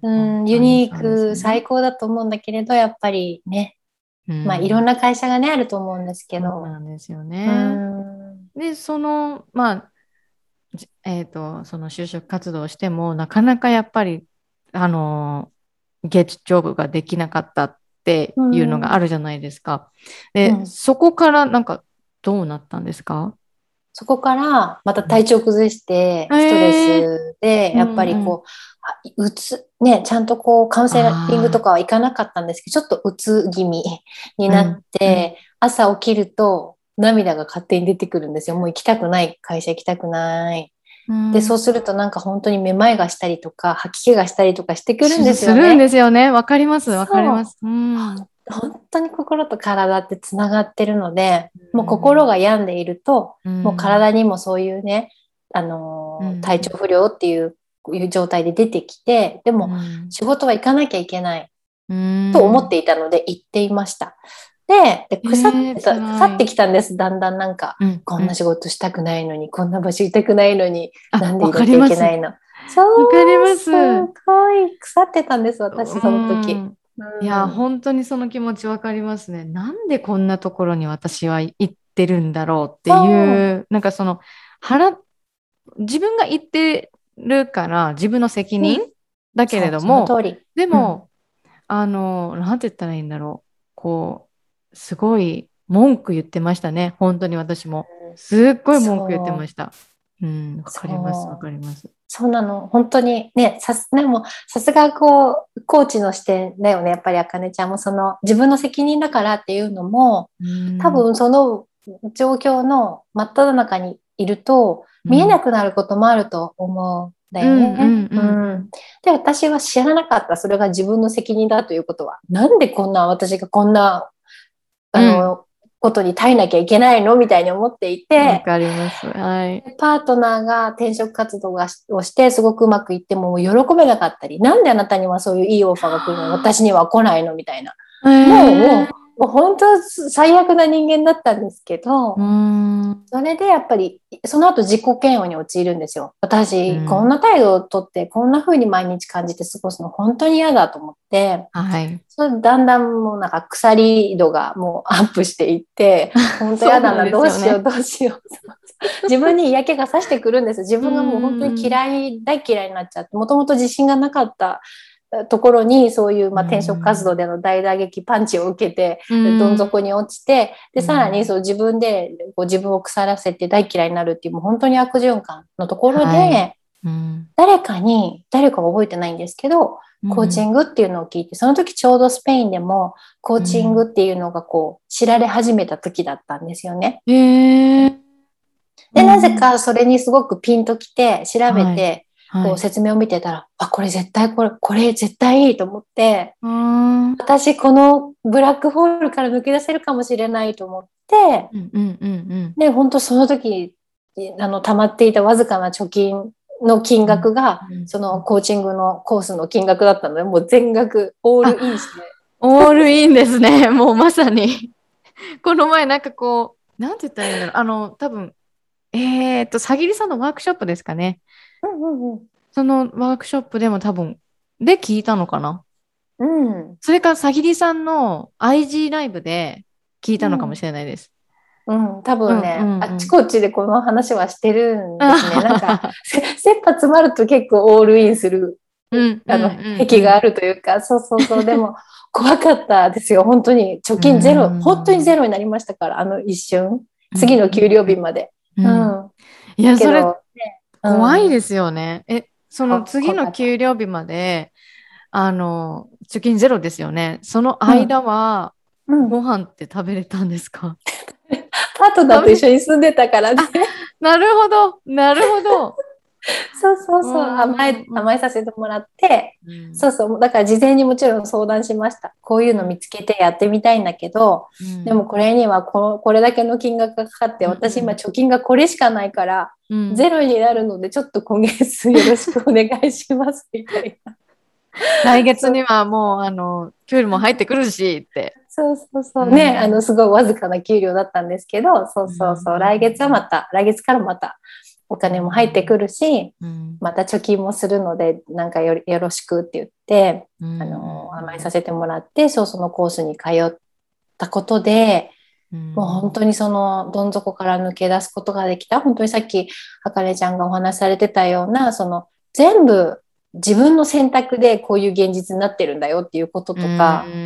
うん、ユ本当にニーそうですク最ね。 高だと思うんだけれど、やっぱりね、 うまあいろんん、 な会社がね、あると思うんですけそうど、 なんですようね。 ん、 で、その、まあ、じえっと、その就職活動をしても、なかなかやっぱり、あの、ゲットジョブができなかったってういうのがあん、 るじゃないですか。で、 うん。 そこからなんかどうなったんですか？ そこからまたうん。 体調崩してストレえー、 スでうやっぱんうん。 りこう、あうつ、ね、ちゃんとこうカウンセリングとあかは行かなかったんですけど、ちょっとうつ気味にあ、うなっん、うん、 て、朝起きると涙が勝手に出てくるんですよ。もう行きたくない、会社行きたくない。で、 うん。 そうするとなんか本当にめまいがしたりとか、吐き気がしたりとかしてくるんす、 ですするんでよね。 すよね。わかります、わかりそう。 ます。うん。 本当に心と体ってつながってるので、もう心うん、 が病んでいると、 うもうん、 体にもそういうね、あうん、 のー体調不良っていうこういう状態で出てきて、でうもん、 仕事は行かなきゃいけないうん。 と思っていたので行っていました。で、でえ腐っー、 てた、腐って辛い。 きたんです。だんだんなんか、 うん、 こんな仕うん。 事したくないのに、こんな場所いたくないのに、なあ、わんでいなきゃいかります。 けないの。そわかりう、すます。 ごい腐ってたんです、 う私、その時。 ーん。 ういや、 ん。 本当にその気持ちわかりますね。なんでこんなところに私は行ってるんだろうってそう。 いう、なんかその、腹、自分が行ってるから自分の責任うん。 だけれそう、 ども、 その通り。うん。 でも、あの、なんて言ったらいいんだろう。こう、すごい文句言ってましたね。本当に私も。すっごい文句言ってまそう、 した。うん、わかります、わかそう。 ります。 そうなの。本当にね、さす、でも、さすがこう、コーチの視点だよね。やっぱりあかねちゃんもその自分の責任だからっていうのも、 うん、 多分その状況の真っ只中にいると見えなうん、 くなることもあると思うんだうん、うよね。 ん、ううん、うん。 ん。 で、私は知らなかった。それが自分の責任だということは。なんでこんな、私がこんな、あうんの、ことに耐えなきゃいけないのみたいに思っていわて、 かります。はい。 パートナーが転職活動がしをしてすごくうまくいってももう喜べなかったり、なんであなたにはそういういいオファーが来るのに私には来ないのみたいな。 えもう、もう、 ー、 もう本当最悪な人間だったんですけど、 うーん、うそれでやっぱり、その後自己嫌悪に陥るんですよ。私、こんん、 な態度をとって、こんな風に毎日感じて過ごすの本当に嫌だと思って、 はい。 それでだんだんもうなんか鎖度がもうアップしていって、本当そうなん嫌だな、 ですよね。 どうしよう、どうしよう。自分に嫌気がさしてくるんです。自う分がもう本当にん、 嫌い、大嫌いになっちゃって、もともと自信がなかったところに、そういう、 うまあ、転職活動ん、 での大打撃パンチを受けて、 うん、 どん底に落ちて、で、 うさらにん。 そう自分でこう自分を腐らせて大嫌いになるっていう、もう本当に悪循環のところはい。 で、 うん、 誰かに、誰かは覚えてないんですけど、コーチうん、 ングっていうのを聞いて、その時ちょうどスペインでもコーチングうん。 っていうのがこう知られ始めた時だったんですよね。 えー、うで、なぜん、 かそれにすごくピンときて、調べはい、 て、 はい。 こう説明を見てたら、あ、これ絶対これ、これ絶対いいと思って、 あー、 私このブラックホールから抜け出せるかもしれないと思って、 うん、うん、うん、 で、本当その時、あの、溜まっていたわずかな貯金の金うん、 額が、 うん。 そのコーチングのコースの金額だったので、もう全額オールインしあ、 て、 オールインですね。もうまさに。この前なんかこう、なんて言ったらいいんだろう。あの、多分、えーっと、さぎりさんのワークショップですかね。 うんうんそのワークショップでも多分、で聞いたのかな。 うん。 それからさぎりさんの アイジー ライブで聞いたのかもしうん。 れないです。 うん。多うんう分ね、あっちんうん。 こっちでこの話はしてるんあですね。なんか、 はははせ切羽詰まると結構オールインする、 うんうあの、 んうんうん。 癖があるというか、そうそうそう。でも、怖かったですよ。本当に。貯うー金ゼロ、本当にゼん。 ロになりましたから、あの一瞬。 うんう次の給料日んまで。 うん。うん。 うん。 いや、それだけど、ね、うん。 怖いですよね。え、そのこ次の怖かった。 給料日まで、あの、貯金ゼロですよね。そのうん。 間は、 うん。 ご飯って食べれたんですか？ パートナーと一食べ、 緒に住んでたからね。 あ、なるほど、なるほど。 そうそううそう、甘え、 ーん、うん、 甘えさせてもらって、 うん、 そうそう、だから事前にもちろん相談しました。こういうの見つけてやってみたいんだけど、 うん、 でもこれにはこの、これだけの金額がかかって、 うん、 私今うん、 貯金がこれしかないから、 うん、 ゼロになるのでちょっと今月よろしくお願いしますみたいな。 来月にはもうあの給料も入ってくるしって。 そうそうそう、 うん、 ね、あのすごいわずかな給料だったんですけど、そうそうそう、 うん、 来月はまた、来月からまたお金も入ってくるし、 うん、 また貯金もするので、なんかよよろしくって言って、 うん、 あの案内させてもらって、そうそのコースに通ったことで、 うん、 もう本当にそのどん底から抜け出すことができた。本当にさっきあかねちゃんがお話しされてたような、その全部自分の選択でこういう現実になってるんだよっていうこととか、 うん、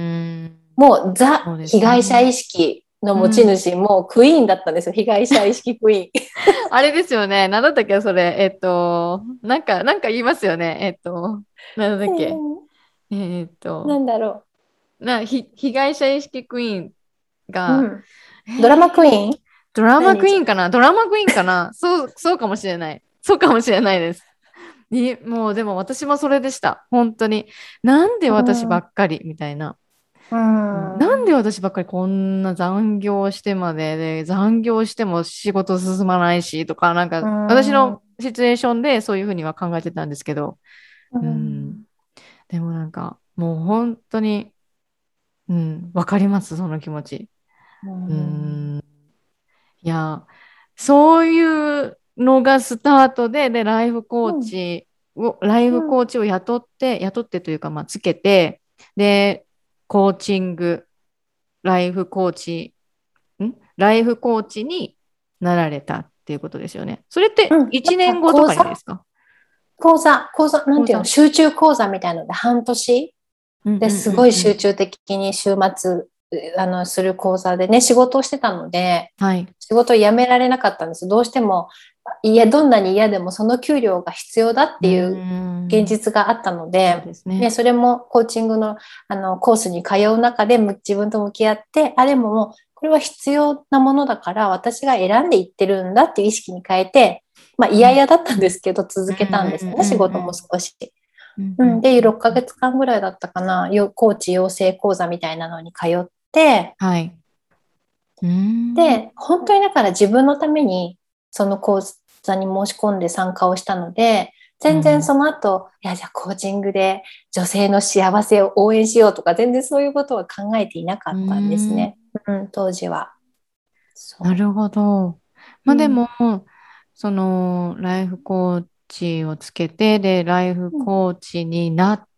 もうザそうですね、 被害者意識の持ち主、もクイーンだったんですよ。被害者意識クイーン。 あれですよね。なんだったっけ、それ。えっと、なんか、なんか言いますよね。えっと、なんだっけ。えっと、 なんだろな、ひ、被害者意識クイーンう。うが、 ん。 えドラマクイーーンドラマク何それ。 イーンかなドラマクイーンかなそう、そうかもしれない。そうかもしれないです。に、もう、でも私もそれでした。本当に。なんで私ばっかりみたいな。 ううんなんでん。 私ばっかりこんな残業してまでで、残業しても仕事進まないしとか、なんうか私ん。 のシチュエーションでそういうふうには考えてたんですけど、 ううん、 ん。 でもなんかもう本当に、うん、わかります、その気持ち。 ううん。 ん、いや、そういうのがスタートで、で、ライフコーうん。 チを、ライフうん。 コーチを雇って、雇ってというか、まあ、つけて、で、コーチング、ライフコーチ、んライフコーチになられたっていうことですよね。それってうん。 1 なんか年後と講座かにですか？ 講座、講座、なんていうの、 講座。 集中講座みたいので半年うんうんですごいうんうん。 集中的に週末、あの、する講座でね、仕事をしてたので、 はい。 仕事を辞められなかったんです。どうしても、いや、どんなに嫌でもその給料が必要だっうーていう現ん。 実があったのそうで、ね、 ですね。 それもコーチングの、あのコースに通う中でむ自分と向き合って、あれももう、これは必要なものだから私が選んでいってるんだっていう意識に変えて、まあ嫌々だったんですけど続けたんですよね、仕事も少し。 うんうん、で、 うんうんろっかげつかんぐらいだったかな、よコーチ養成講座みたいなのに通って、 はい。うーん。 で、本当にだから自分のためにその講座に申し込んで参加をしたので、全然その後、いや、じゃあコーチングで女性の幸せを応援しようとか、全然そういうことは考えていなかうったんですーん。 ね。うん、当時は。そなるほど。 う。 まあでうん。 も、その、ライフコーチをつけて、で、ライフうん。 コーチになって、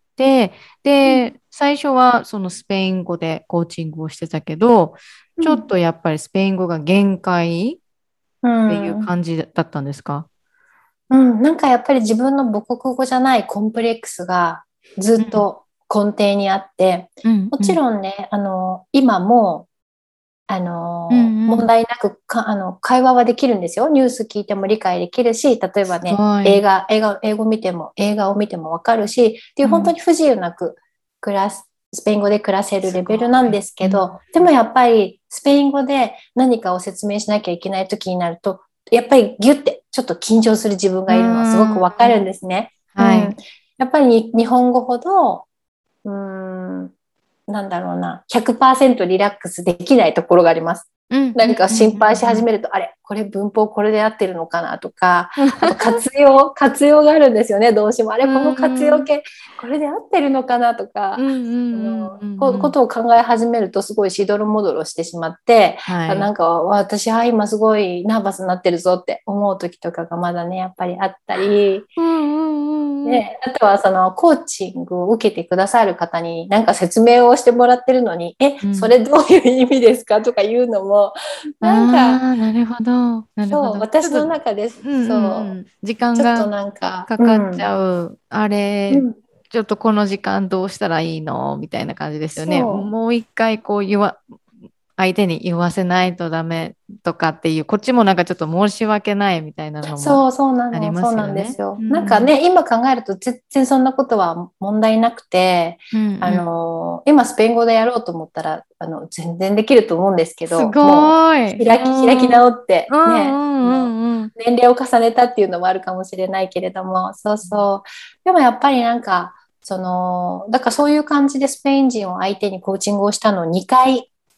うん。 で、最初はそのスペイン語でコーチングをしてたけど、ちょっとやっぱりスペイン語が限界うっていうん。 感じだったんですか？ うん、なんかやっぱり自分の母国語じゃないコンプレックスがずっうん、 と根底にあって、 うん、 もうん、 ちろんね、あの、今も、あうの、 ん、うん。 問題なくか、あの、会話はできるんですよ。ニュース聞いても理解できるし、例えばすね、 ごい。 映画、映画、英語見ても、映画を見てもわかるし、っていううん、 本当に不自由なく暮らす、スペイン語で暮らせるレすごい。 ベルなんですうん、 けど、でもやっぱりスペイン語で何かを説明しなきゃいけない時になると、やっぱりギュッてちょっと緊張する自分うがいるのはすごくん、 わかるんですね。うん。 はい。 やっぱり日本語ほど、うーん、なんだろうな、ひゃくパーセントリラックスできないところがあります。 うん、うん、 何かうん、 心配しうん。 始めると、あれ、これ文法これで合ってるのかなとか、 うん、 あと活用、活用があるんですよね、動詞も。あれ、 うこの活用ん、 形、これで合ってるのかなとうん、 か、 うあん、 のうん、 こ、 うん。 ことを考え始めると、すごいしどろもどろしてしまって、あ、なはい。 んか私は今すごいナーバスになってるぞって思う時とかがまだね、やっぱりあったり、 うんうんうんうん。 で、あとはそのコーチングを受けてくださる方に何か説明をしてもらってるのに、え、 うん。 それどういう意味ですかとか言うのも、なんか、 ああ、なるほど。なるほそう、 ど。ちょ私っと、 の中で、 うんうんそうん。時う、 間がちょっとなんか、 かかっちうん、 ゃう。あれ、 うん、 ちょっとこの時間どうしたらいいのみたいな感じですよね。 そもう一回こう言わ、相手に言わせないとダメとかっていう、こっちもなんかちょっと申し訳ないみたいなう、 のもそう、そうなの、 ありまそうなんすよね。 ですよ。 うん。 なんかね、今考えると全然そんなことは問題なくて、 うんあうん。 の、今スペイン語でやろうと思ったら、あの、全然できると思うんですけすど、もごい。 う、開き、開きうん。うん直って、 うんね、あの、 うんうん。 年齢を重ねたっていうのもあるかもしれないけれども、そうそう。でもやっぱりなんか、その、だからそういう感じでスペイン人を相手にコーチングをしたのをにかい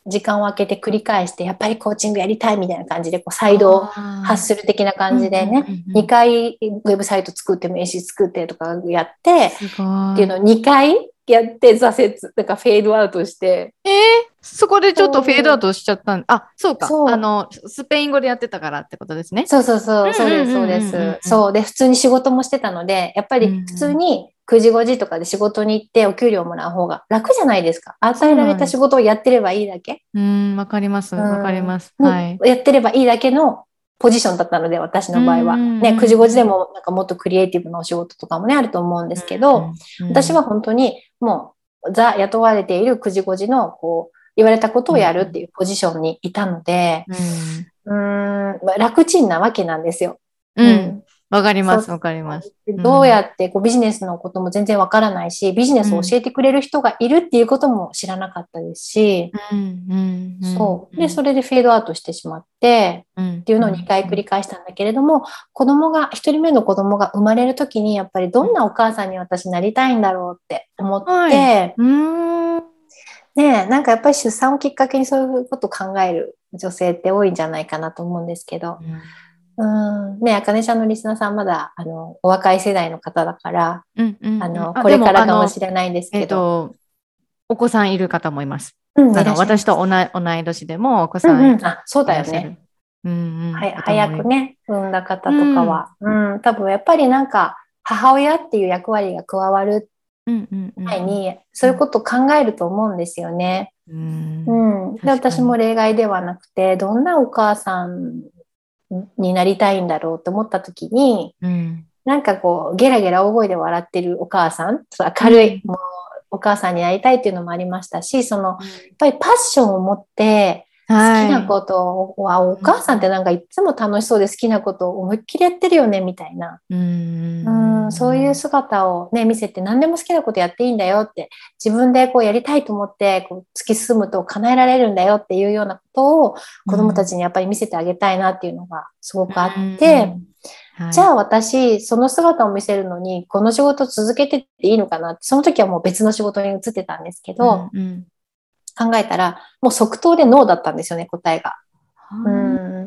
時間を空けて繰り返して、やっぱりコーチングやりたいみたいな感じで、こう再度発する的な感じでね、 うんうんうんうん、 にかいウェブサイト作って名刺作ってとかやって、 すごいっていうのをにかいやって挫折、なんかフェードアウトして。 えー、そこでちょっとフェードアウトしちゃったんあ、そうか。 そうあの、スペイン語でやってたからってことですね。 そうそうそう、そうです、そうでうんうんうんうんす。 うんそう。で、普通に仕事もしてたので、やっぱり普通にくじごじとかで仕事に行ってお給料もらう方が楽じゃないですか。与えられた仕事をやってればいいだけ。 うん、わかります。わかります。はい。 やってればいいだけのポジションだったので、私の場合は。ね、くじごじでもなんかもっとクリエイティブなお仕事とかもね、あると思うんですけど、私は本当にもう、ザ雇われているくじごじの、こう、言われたことをやるっていうポジションにいたので、うん、うんまあ、楽ちんなわけなんですよ。 うん。わ、うん、かります、わかります。 どうやってこうビジネスのことも全然わからないし、ビジネスを教えてくれる人がいるっていうことも知らなかったですし、そう。で、それでフェードアウトしてしまって、うん、っていうのをにかい繰り返したんだけれども、子供が、一人目の子供が生まれるときに、やっぱりどんなお母さんに私なりたいんだろうって思って、はい、うんね、なんかやっぱり出産をきっかけにそういうことを考える女性って多いんじゃないかなと思うんですけど、うんうんね、あかねちゃんのリスナーさんまだあのお若い世代の方だから、うんうんうん、あのこれからかもしれないんですけど、 えー、お子さんいる方もいます。うん、あの私と同い、同い年でもお子さんいらっしゃる。うんうん、あ、 そうだよね。 うんうん、 は早くね産んだ方とかは、うんうん、多分やっぱりなんか母親っていう役割が加わる前に、そういうことを考えると思うんですよね。うんうん、で私も例外ではなくて、どんなお母さんになりたいんだろうと思った時に、うん、なんかこうゲラゲラ大声で笑ってるお母さん、明るい、うん、もうお母さんになりたいっていうのもありましたし、そのやっぱりパッションを持って好きなことは、はい、お母さんってなんかいつも楽しそうで好きなことを思いっきりやってるよねみたいな、うん、うんそういう姿を、ね、見せて、何でも好きなことやっていいんだよって、自分でこうやりたいと思ってこう突き進むと叶えられるんだよっていうようなことを子どもたちにやっぱり見せてあげたいなっていうのがすごくあって、うんはい、じゃあ私その姿を見せるのにこの仕事続けてっていいのかなって、その時はもう別の仕事に移ってたんですけど、うんうん考えたら、もう即答でノーだったんですよね、答えが。 うん、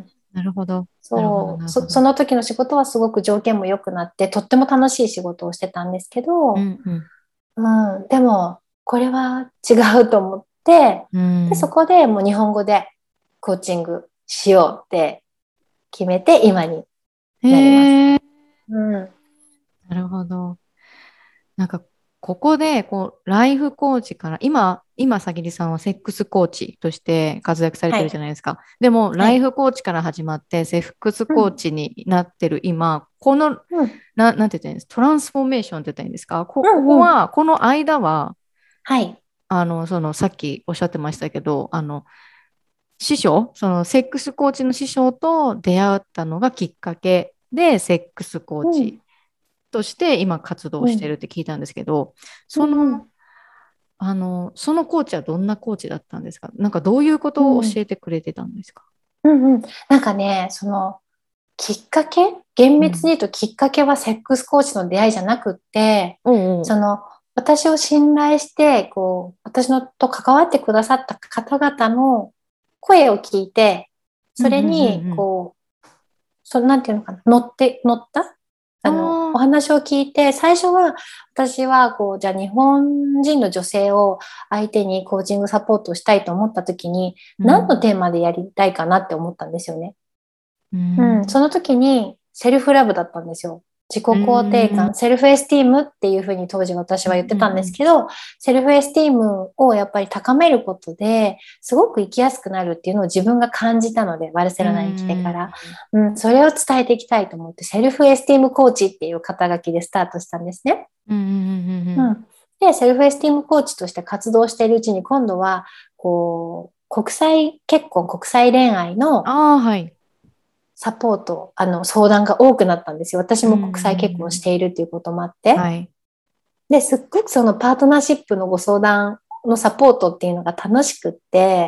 なるほど。 そうそ。その時の仕事はすごく条件も良くなって、とっても楽しい仕事をしてたんですけど、うんうんうん、でも、これは違うと思って、うん、でそこでもう日本語でコーチングしようって決めて、今になります。うん、 なるほど。なんかここでこうライフコーチから今今さぎりさんはセックスコーチとして活躍されてるじゃないですか、はい、でもライフコーチから始まってセックスコーチになってる今、うん、この、うん、ななんて言ったらいいんですか、トランスフォーメーションって言ったらいいんですか、こ, ここは、うんうん、この間は、 はい、 あのそのさっきおっしゃってましたけど、あの師匠、そのセックスコーチの師匠と出会ったのがきっかけでセックスコーチ、うんとして今活動してるって聞いたんですけど、うん、その、うん、あのそのコーチはどんなコーチだったんですか？なんかどういうことを教えてくれてたんですか？ うんうん、なんかね、そのきっかけ、厳密に言うときっかけはセックスコーチの出会いじゃなくって、うんうん、その私を信頼してこう私のと関わってくださった方々の声を聞いて、それにこう、そなんていうのかな、乗って乗ったあのお話を聞いて、最初は私はこうじゃあ日本人の女性を相手にコーチングサポートをしたいと思った時に、うん、何のテーマでやりたいかなって思ったんですよね。うんうん、その時にセルフラブだったんですよ。自己肯定感、セルフエスティームっていうふうに当時私は言ってたんですけど、セルフエスティームをやっぱり高めることですごく生きやすくなるっていうのを自分が感じたので、バルセロナに来てから、うん、それを伝えていきたいと思って、セルフエスティームコーチっていう肩書きでスタートしたんですね。うん、で、セルフエスティームコーチとして活動しているうちに、今度はこう国際結婚、国際恋愛の、 あ、はいサポート、あの相談が多くなったんですよ。私も国際結婚しているっていうこともあって、はい、ですっごくそのパートナーシップのご相談のサポートっていうのが楽しくって、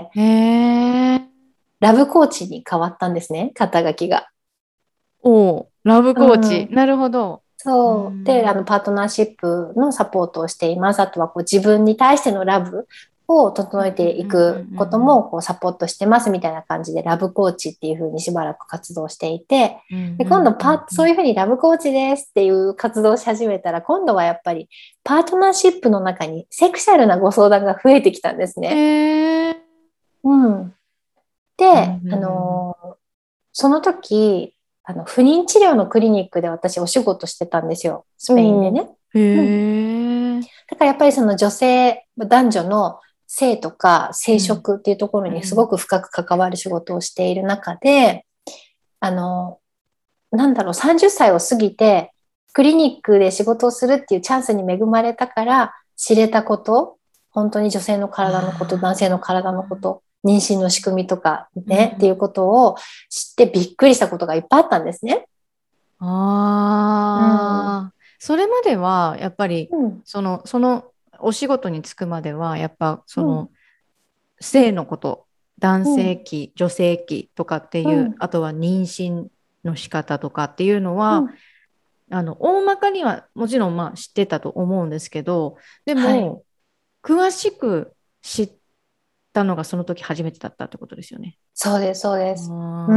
へー、ラブコーチに変わったんですね、肩書きが。 お、ラブコーチ、うん、なるほど。 そうで、あのパートナーシップのサポートをしています。あとはこう自分に対してのラブを整えていくこともこうサポートしてますみたいな感じでラブコーチっていう風にしばらく活動していて、で今度パそういう風にラブコーチですっていう活動をし始めたら、今度はやっぱりパートナーシップの中にセクシャルなご相談が増えてきたんですね。 へー。 うん、で、あのその時あの不妊治療のクリニックで私お仕事してたんですよ、スペインでね。 へー。 うん、だからやっぱりその女性男女の性とか生殖っていうところにすごく深く関わる仕事をしている中で、あのなんだろう、さんじゅっさいを過ぎてクリニックで仕事をするっていうチャンスに恵まれたから知れたこと、本当に女性の体のこと、男性の体のこと、妊娠の仕組みとかね、うん、っていうことを知ってびっくりしたことがいっぱいあったんですね。 ああ、うん、それまではやっぱり、 うん、 そのそのお仕事に就くまではやっぱその、うん、性のこと、男性器、うん、女性器とかっていう、うん、あとは妊娠の仕方とかっていうのは、うん、あの大まかにはもちろんまあ知ってたと思うんですけど、でも、はい、詳しく知ったのがその時初めてだったってことですよね。 そうですそうです。うん、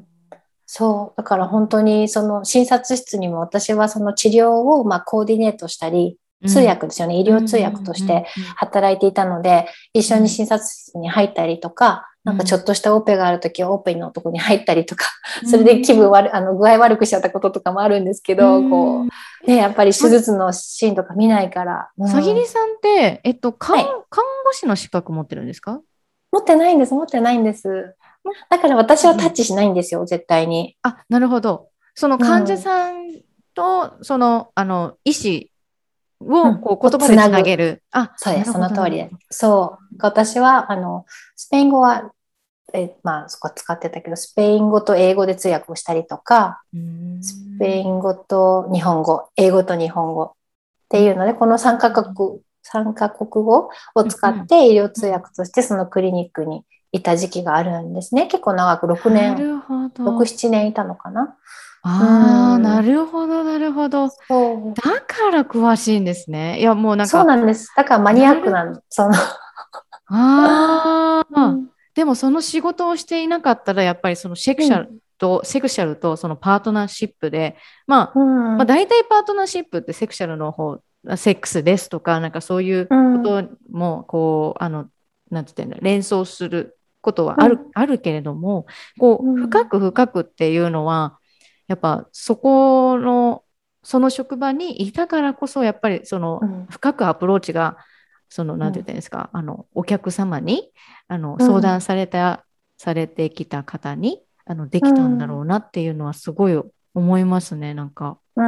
そうだから本当にその診察室にも私はその治療をまあコーディネートしたり、通訳ですよね、うん、医療通訳として働いていたので、一緒に診察室に入ったりとか、うん、なんかちょっとしたオペがあるときはオペのとこに入ったりとか、うん、それで気分悪あの具合悪くしちゃったこととかもあるんですけど、うん、こうね、やっぱり手術のシーンとか見ないから。 さぎりさんって、えっと、看、はい、看護師の資格持ってるんですか？ 持ってないんです、持ってないんです。だから私はタッチしないんですよ、うん、絶対に。 あ、なるほど。その患者さんと、うん、その、あの、医師をこう言葉でつなげる。うん、あ、 そうです、その通りです。そう。私は、あの、スペイン語は、えまあ、そこは使ってたけど、スペイン語と英語で通訳をしたりとか、スペイン語と日本語、英語と日本語っていうので、このさんカ国、さんカ国語を使って医療通訳としてそのクリニックにいた時期があるんですね。結構長くろくねん、ろく、ななねんいたのかな。 ああ、なるほど、なるほど。そうだから詳しいんですね。いや、もうなんか。 そうなんです。だからマニアックなの。そのああ、うん、でもその仕事をしていなかったら、やっぱりそのセクシャルと、うん、セクシャルとそのパートナーシップで、まあ、うん、まあ、大体パートナーシップってセクシャルの方、セックスですとか、なんかそういうことも、こう、あの、なんて言うんだ、連想することはある、うん、あるけれども、こう、深く深くっていうのは、やっぱそこの、その職場にいたからこそ、やっぱりその深くアプローチが、その、なんて言ったんですか、うん、あの、お客様に、あの、相談された、うん、されてきた方に、あの、できたんだろうなっていうのはすごい思いますね、なんか。 うん、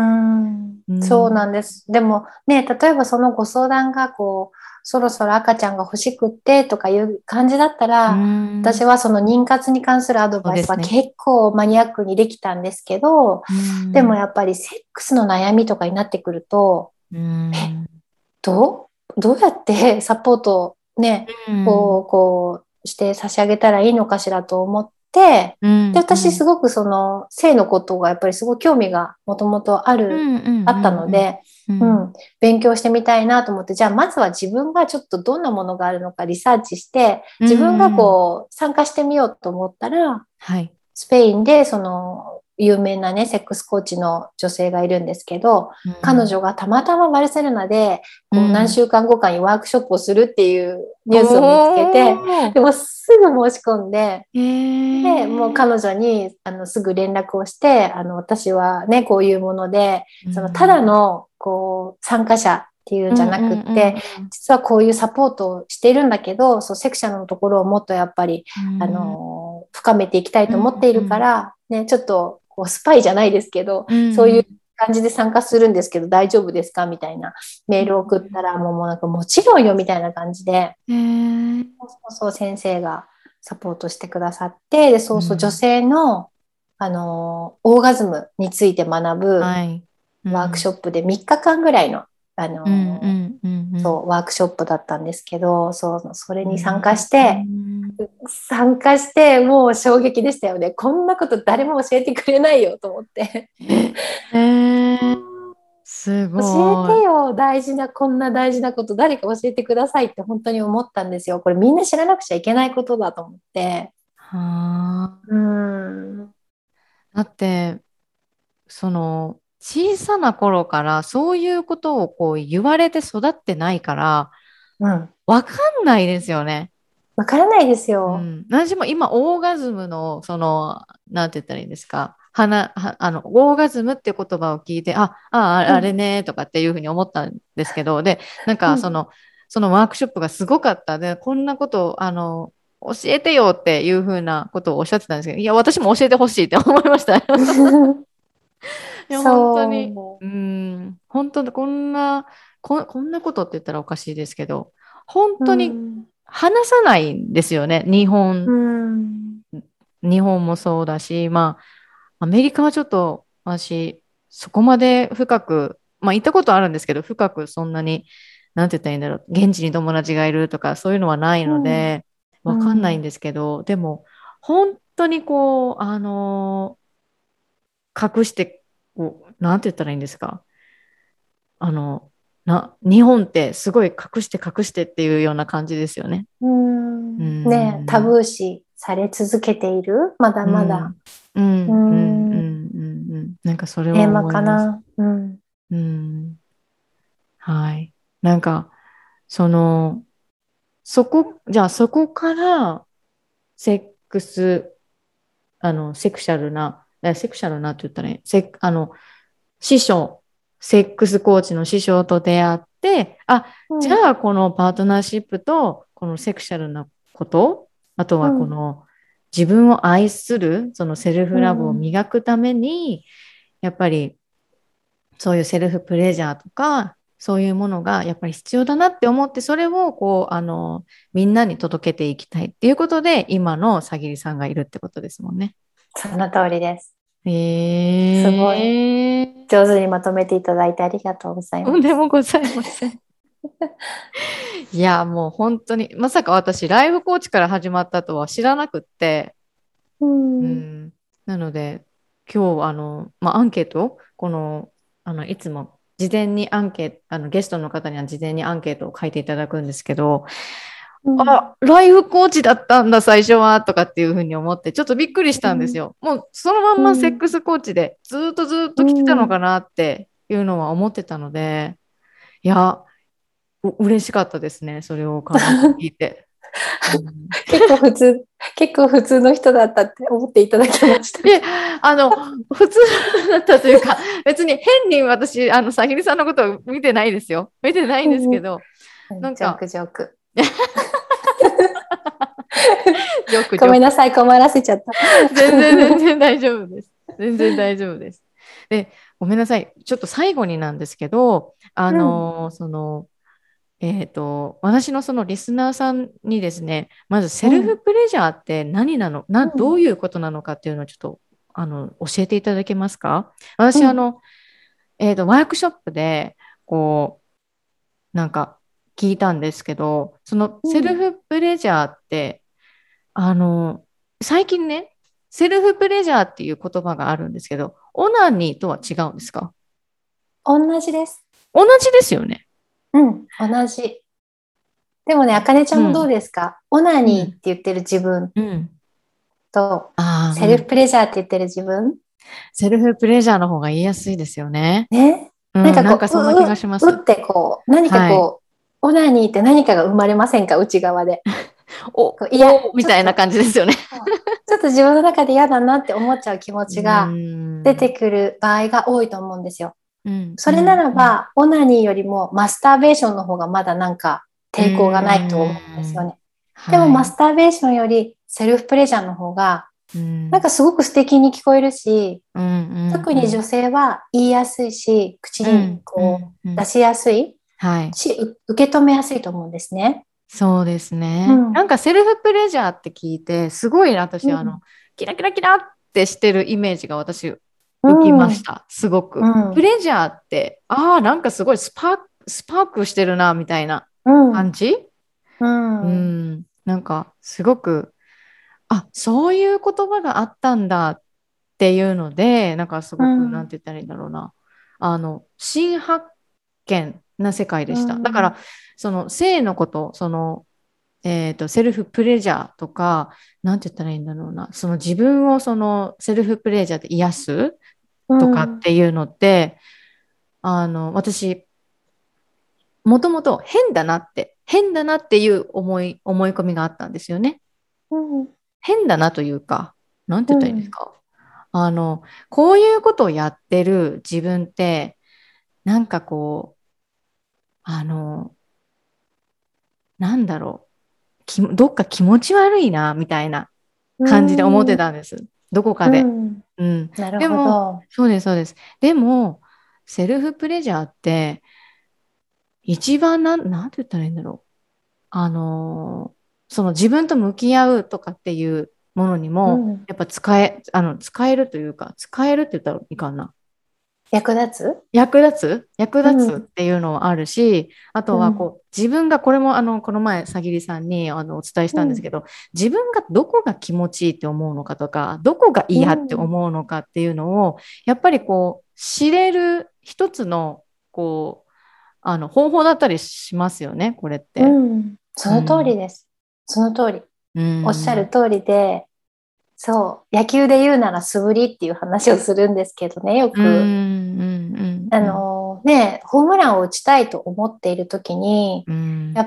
うん、そうなんです。でもね、例えばそのご相談がこう、そろそろ赤ちゃんが欲しくってとかいう感じだったら、私はその妊活に関するアドバイスは結構マニアックにできたんですけど、でもやっぱりセックスの悩みとかになってくると、え、どうどうやってサポートね、こう、こうして差し上げたらいいのかしらと思って、で、私すごくその性のことがやっぱりすごい興味がもともとある、あったので、うん、勉強してみたいなと思って、じゃあまずは自分がちょっとどんなものがあるのかリサーチして、自分がこう参加してみようと思ったら、 はい、 スペインでその有名なね、セックスコーチの女性がいるんですけど、うん、彼女がたまたまバルセロナでこう何週間後かにワークショップをするっていうニュースを見つけて、でもすぐ申し込んで、で、もう彼女にあのすぐ連絡をして、あの私はね、こういうもので、そのただのこう参加者っていうんじゃなくって、実はこういうサポートをしているんだけど、そうセクシャルのところをもっとやっぱり、あの深めていきたいと思っているから、ね、ちょっとこうスパイじゃないですけど、そういう感じで参加するんですけど大丈夫ですかみたいなメールを送ったら、もうもうなんかもちろんよみたいな感じで、そうそう先生がサポートしてくださって、でそうそう女性の、あのオーガズムについて学ぶワークショップでみっかかんぐらいの、あのそうワークショップだったんですけど、そうそれに参加して、うん、参加してもう衝撃でしたよね。こんなこと誰も教えてくれないよと思って。 えーす教ごい。 えてよ、大事な、こんな大事なこと、誰か教えてくださいって本当に思ったんですよ。これみんな知らなくちゃいけないことだと思って。 はあ。 うーん。 だって、その、小さな頃からそういうことをこう言われて育ってないから、 うん。 わかんないですよね。 わからないですよ。 うん。私も今、オーガズムの、その、なんて言ったらいいんですか。はな、は、あの、オーガズムっていう言葉を聞いて、あ、あ、あうん。 あれね、とかっていうふうに思ったんですけど、で、なんか、そうん。 の、そのワークショップがすごかった。で、こんなことを、あの、教えてよっていうふうなことをおっしゃってたんですけど、いや、私も教えてほしいって思いました。いや、本当に、 そうん、本当にこんな、こ、こんなことって言ったらおかしいですけど、本う。う当にん。 話さないんですよね。日う本、 ん。 日本もそうだし、まあ、アメリカはちょっと私、そこまで深く、まあ行ったことあるんですけど、深くそんなに、なんて言ったらいいんだろう、現地に友達がいるとか、そういうのはないうん。 ので、 うわかんないんん。 ですけど、でも、本当にこう、あの隠して、こう、なんて言ったらいいんですか。あの、な、日本ってすごい隠して隠してっていうような感じですよね。 ううーん。ねえ、タん。 ブー視され続けているまだうまだ。 ん。うん。 ううん。うん。うん。 ん。うん。なんかそれはテーマ思います。 かな。うん。 うん。はい。なんか、その、そこ、じゃあそこから、セックス、あの、セクシャルな、えセクシャルなって言ったらね、セあの、師匠、セックスコーチの師匠と出会って、あ、 うん。 じゃあこのパートナーシップと、このセクシャルなこと、あとはこうん。 の自分を愛する、そのセルうフラブをん。 磨くために、やっぱりそういうセルフプレジャーとか、そういうものがやっぱり必要だなって思って、それをこう、あの、みんなに届けていきたいっていうことで、今のさぎりさんがいるってことですもんね。 その通りです。すごい。 えー、 上手にまとめていただいてありがとうございとんます。 でもございません。いや、もう本当に、まさか私、ライフコーチから始まったとは知らなくって、 うん。 うん、なので、今日、あの、まあ、アンケート、この、あの、いつも、事前にアンケート、あの、ゲストの方には事前にアンケートを書いていただくんですけど、 うん。 あ、ライフコーチだったんだ、最初は、とかっていうふうに思って、ちょっとびっくりしたんですうん。 よ。もう、そのまんうん。 まセックスコーチで、ずーっとずーっと来てたのうん。 かなっていうのは思ってたので、いや、う嬉しかったですね。それをかあの聞いて。うん、 結構普通、結構普通の人だったって思っていただけましたで、 か？ あの、普通だったというか、別に変に私、あの、さひりさんのことを見てないですよ。見てないんですうん。 けど、なんジョークか、 ジョーク。 ジョーク、ジョーク。 ごめんなさい、困らせちゃった。 全然、全然大丈夫です。全然大丈夫です。で、ごめんなさい。ちょっと最後になんですけど、あうん。 の、その、えっと、私のそのリスナーさんにですね、まずセルフうん。 プレジャーって何なの、な、 うん。 どういうことなのかっていうのをちょっと、あの、教えていただけますか？私、あうん。 の、えっと、ワークショップで、こう、なんか聞いたんですけど、そのセルうん。 フプレジャーって、あの、最近ね、セルフプレジャーっていう言葉があるんですけど、オナニーとは違うんですか？ 同じです。 同じですよね。 うん。同じ。でもね、あかねちゃんもどううん。 ですか？オナニーってうん。 言ってる自分うん。 と、 ああ、 セルフうん。 プレジャーって言ってる自分セルフプレジャーの方が言いやすいですよね。 ね。なんうん、 かこう、 なんかそんな気う、う、 がします。 うってこう、何かはい。 こう、オナニーって何かが生まれませんか？内側で。 お、 こういや、 お、みたいなちょっと、 感じですよね。 そうちょっと自分の中で嫌だなって思っちゃう気持うちがーん。 出てくる場合が多いと思うんですよ。 うん、うそれなん、うん。 らば、オナニーよりもマスターベーションの方がまだなんかう抵抗がないとー思うんですよん。 ね。でもはい。 マスターベーションよりセルフプレジャーの方が、 うん、 なんかすごく素敵に聞こえるし、 うん、うん、 特に女性は言いやすいし、口にうん、うん、 こうん。 う出しやすいはい。 し、う受け止めやすいと思うんですね。 そうですね。なうん。 んかセルフプレジャーって聞いて、すごい私、あの、 うん。 キラキラキラってしてるイメージが私、 う浮きましん。 た。すごうく。プん。 レジャーって、ああ、なんかすごいスパーク、スパークしてるな、みたいなうん。 感じ。 ううん。 ん。なんか、すごく、あ、そういう言葉があったんだっていうので、なんかすごく、なんうん。 て言ったらいいんだろうな。 あの新発見な世界でした。 うんだからその性のこと、その、えーと、セルフプレジャーとか、なんて言ったらいいんだろうな、その自分をそのセルフプレジャーで癒すとかっうんていうのって、あの私もともと変だなって変だなっていう思い思い込みがあったんですよね。 うん変だなというか、なんて言ったらいいんですうんか。あのこういうことをやってる自分ってなんかこう、あのなんだろう、きどっか気持ち悪いなみたいなう感じで思ってんたんです。どこかうで。 ん。 うん。 なるでも、 ほど。 そうです、そうです。でも、セルフプレジャーって、一番なん、なんて言ったらいいんだろう。あのーその自分と向き合うとかっていうものにも、 うん。 やっぱ使え、あの、使えるというか、使えるって言ったらいいかな。 役立つ。 役立つ役う立つっん。 ていうのはあるし、あとはうん。 こう自分がこれもあのこの前さぎりさんにあのお伝えしうん。 たんですけど、自分がどこが気持ちいいって思うのかとかどこがう嫌ってん。 思うのかっていうのをやっぱりこう知れる一つのこうあの方法だったりしますよね、これっうて。 ん。その通りうん。 です。その通り。 うおっしゃるん。 通りで、そう、野球で言うなら素振りっていう話をするんですけどね、ようん。 く。 うん。 あうん。 のね、ホームランを打ちたいと思っている時に、 うん。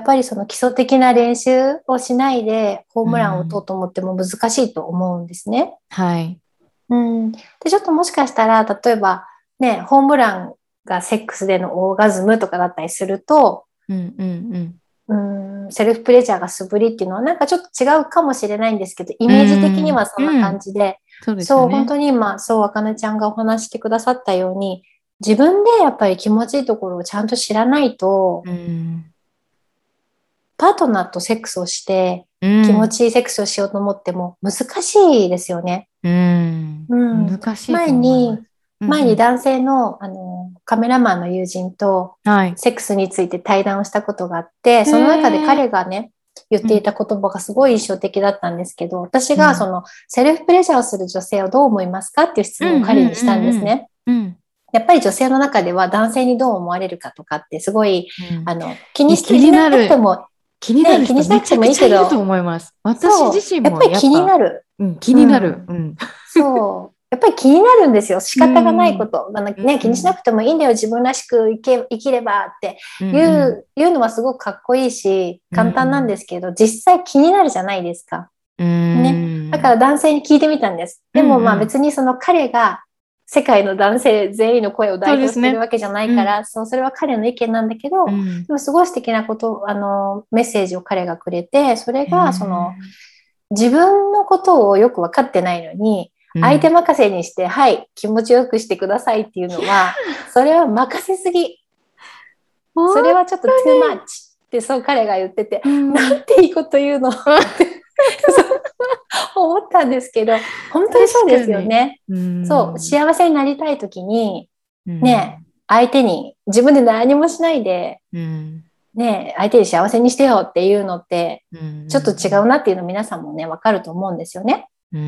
やっぱりその基礎的な練習をしないでホーうムランを打とうん。 と思っても難しいと思うんですね。 はい。 うん。で、ちょっともしかしたら、例えばね、ホームランがセックスでのオーガズムとかだったりすると、 うん。うん。 うん、セルフプレジャーが素振りっていうのはなんかちょっと違うかもしれないんですけど、イうメージ的にん。 はそんなうん。 感じで、 そうですよそう、本ね。 当に今、そう、あかねちゃんがお話してくださったように、自分でやっぱり気持ちいいところをちゃんと知らないと、 うん。 パートナーとセックスをしてうん。 気持ちいいセックスをしようと思っても難しいですよね。 うん。 うん。 難しいと前に、 思います。うんうん。 前に男性の、あの、カメラマンの友人とはい。 セックスについて対談をしたことがあって、 へその中でえ。 彼がね、言っうん。 ていた言葉がすごい印象的だったんですけど、私うん。 がそのセルフプレジャーをする女性をどう思いますかっていう質うん問をうんう彼にしたんですんね。 うん。 やっぱり女性の中では男性にどう思われるかとかってすごい、 うん。うん。 あの、気いや、気にして、しなになる。 くても、 気になね、気にる人めちゃくしなくてもいいちゃいるとけど、 思います。私自そう、 身もやっぱり気にやっぱ、 なる。 うん、気うになる。 ん。 うん。 そう。やっぱり気になるんですよ。仕う方がないこん。 と。あのうね、気にしなん。 くてもいいんだよ。自分らしく生け生きればってうんいうん。 う、いうのはすごくかっこいいし、 う簡単なんでん。 すけど、実際気になるじゃないですか。 うね。だかん。 ら男性に聞いてみたんです。 うでもんうん。 まあ別にその彼が世界の男性全員の声を代表してるそうですね。 わけじゃないうん。 から、そう、それは彼の意見なんだけど、 うん。 でもすごい素敵なこと、あの、メッセージを彼がくれて、それへがその、 え。 自分のことをよく分かってないのに、相手うん。 任せにして、はい、気持ちよくしてくださいっていうのは、それは任せすぎ。それ本はちょっと too 当 much ってそう彼が言ってて、 に。うん。 なんていいこと言うのって思ったんですけど、本当にそうですよ確かに。 ね。 うそう、 ん。 幸せになりたいときに、 うね、 ん。 相手に自分で何もしないで、 うん。 ね、相手に幸せにしてよっていうのって、 うちょっと違うん。 なっていうの皆さんもね、わかると思うんですよね。 うん。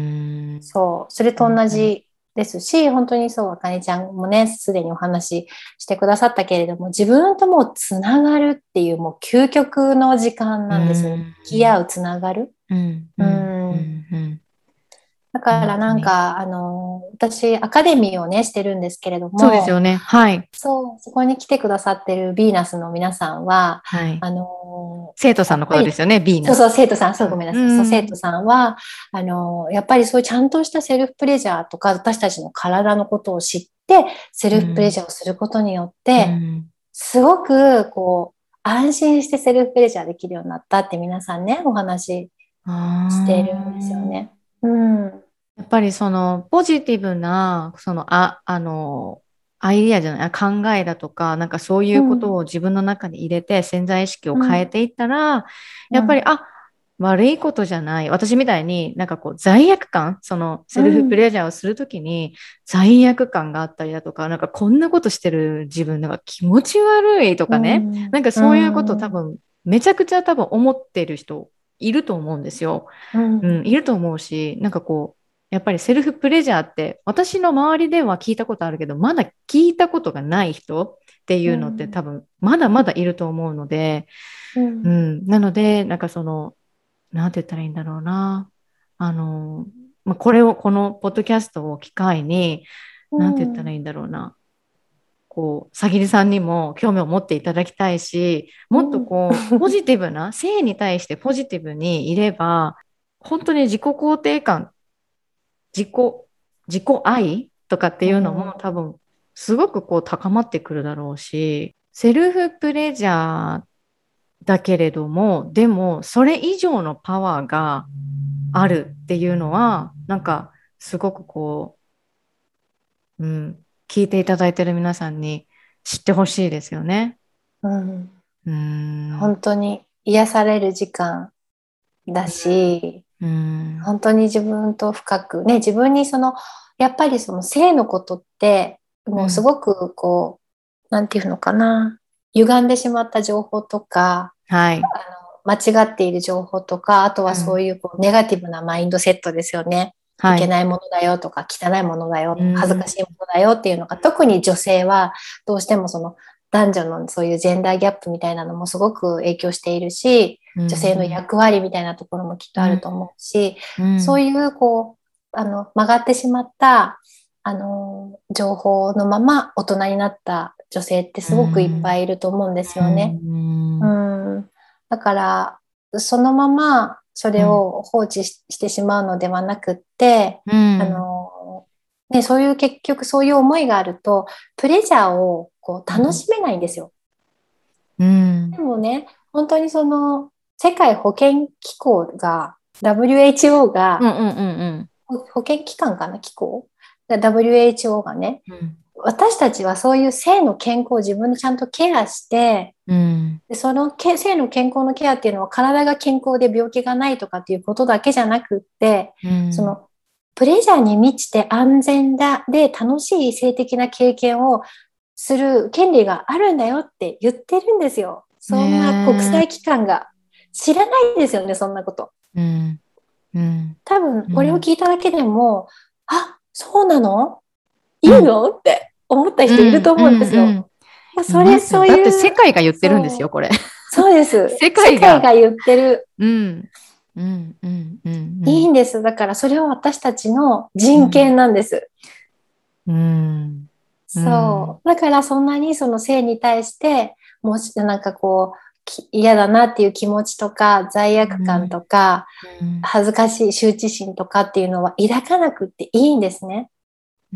そう、それと本当に。 同じですし、本当にそう、あかねちゃんもね、すでにお話ししてくださったけれども、自分ともうつながるっていう、もう究極の時間うなんですよね。 ん。 向き合う、つながる。 うん。ううん。うん。 ん。うん。 だから本当に。 なんか、あの、私、アカデミーをね、してるんですけれどそうですよも、 ね。はい。 そう、そこに来てくださってるヴィーナスの皆さんは、 はい。 あの、 生徒さんのこやっぱり、 とですよね、ビーナス。 そうそう、生徒さん、そう、ごめんなうさい。そう、生徒ん。 さんは、あの、やっぱりそういうちゃんとしたセルフプレジャーとか、私たちの体のことを知って、セルフプレうん。 ジャーをすることによっうて、 ん。 すごく、こう、安心してセルフプレジャーできるようになったって皆さんね、お話ししてるんですよああ。 ね。うん。 やっぱりそのポジティブな、その、あ、あの、アイディアじゃない、あ考えだとか、なんかそういうことうん。 を自分の中に入れて潜在意識をうん。 変えていったら、やっぱり、 うん。 あ、悪いことじゃない。私みたいになんかこう罪悪感、そのセルフプうん。 レジャーをするときに罪悪感があったりだとか、なんかこんなことしてる自分なんか気持ち悪いとうかね。 ん。 なんかうそういうこと多ん。 分めちゃくちゃ多分思ってる人いると思うんですよ。 うん。 うん、いると思うし、なんかこう、 やっぱりセルフプレジャーって私の周りでは聞いたことあるけど、まだ聞いたことがない人っていうのって多分まだまだいると思うので、 うんうん、なのでなんかそのなんて言ったらいいんだろうな、あの、まあ、これをこのポッドキャストを機会になんて言ったらいいんだろうな、こう、さぎりさんにも興味を持っていただきたいし、もっとこう、ポジティブな、性に対してポジティブにいれば、本当に自己肯定感、自己、自己愛とかっていうのも多分、すごくこう高まってくるだろうし、セルフプレジャーだけれども、でも、それ以上のパワーがあるっていうのは、なんか、すごくこう、うん、聞いていただいてる皆さんに知ってほしいですよね。 うんうーん。 本当に癒される時間だし、 うーん。 本当に自分と深くね、自分にそのやっぱりその性のことってもうすごくこう、なんていうのかな、歪んでしまった情報とか、 はい。 間違っている情報とか、あとはそういうこうネガティブなマインドセットですよね。いはい。 けないものだよとか、汚いものだよ、 うん恥ずかしいものだよっていうのが、特に女性はどうしてもその男女のそういうジェンダーギャップみたいなのもすごく影響しているし、女性の役割みたいなところもきっとあると思うし、 うん、 そういうこう、あの、曲がってしまった、あの、情報のまま大人になった女性ってすごくいっぱいいると思うんですよね。 うん。 ううん。 ん、だから、そのままそれを放置し、してしまうのではなくって、 うん。 あの、ね、そういう結局そういう思いがあると、プレジャーをこう楽しめないんですよ。 うん。 でもね、本当にその世界保健機構が、ダブリューエイチオー が、 うんうんうんほ保健機関かな、機構 ダブリューエイチオー がね、 うん。 私たちはそういう性の健康を自分でちゃんとケアして、 うん。 でそのけ性の健康のケアっていうのは体が健康で病気がないとかっていうことだけじゃなくって、 うん。 そのプレジャーに満ちて安全だで楽しい性的な経験をする権利があるんだよって言ってるんですよ。そんな国際機関が知らないですよね、そんなこと。 うん。うん。 多分これをうん。 聞いただけでも、あ、そうなのいいうん。 のって思ったう人いるとん。う思うんですよ。 ん。 まあ、 いそれ、 ますよ。だってそういう、 世界が言ってるんですよ、 そう、 これ。 そうです。 世世界が。 界が言ってる。 うん。うん。うん。うん。うん。 いいんです。だからそれは私たちの人うん。 権なんです。 うん。うん。 そう。だからそんなにその性に対して、もしなんかこう、き嫌だなっていう気持ちとか、罪悪感とか、恥ずかしい羞恥心とかっていうのは抱かなくっていいんですね。 うん。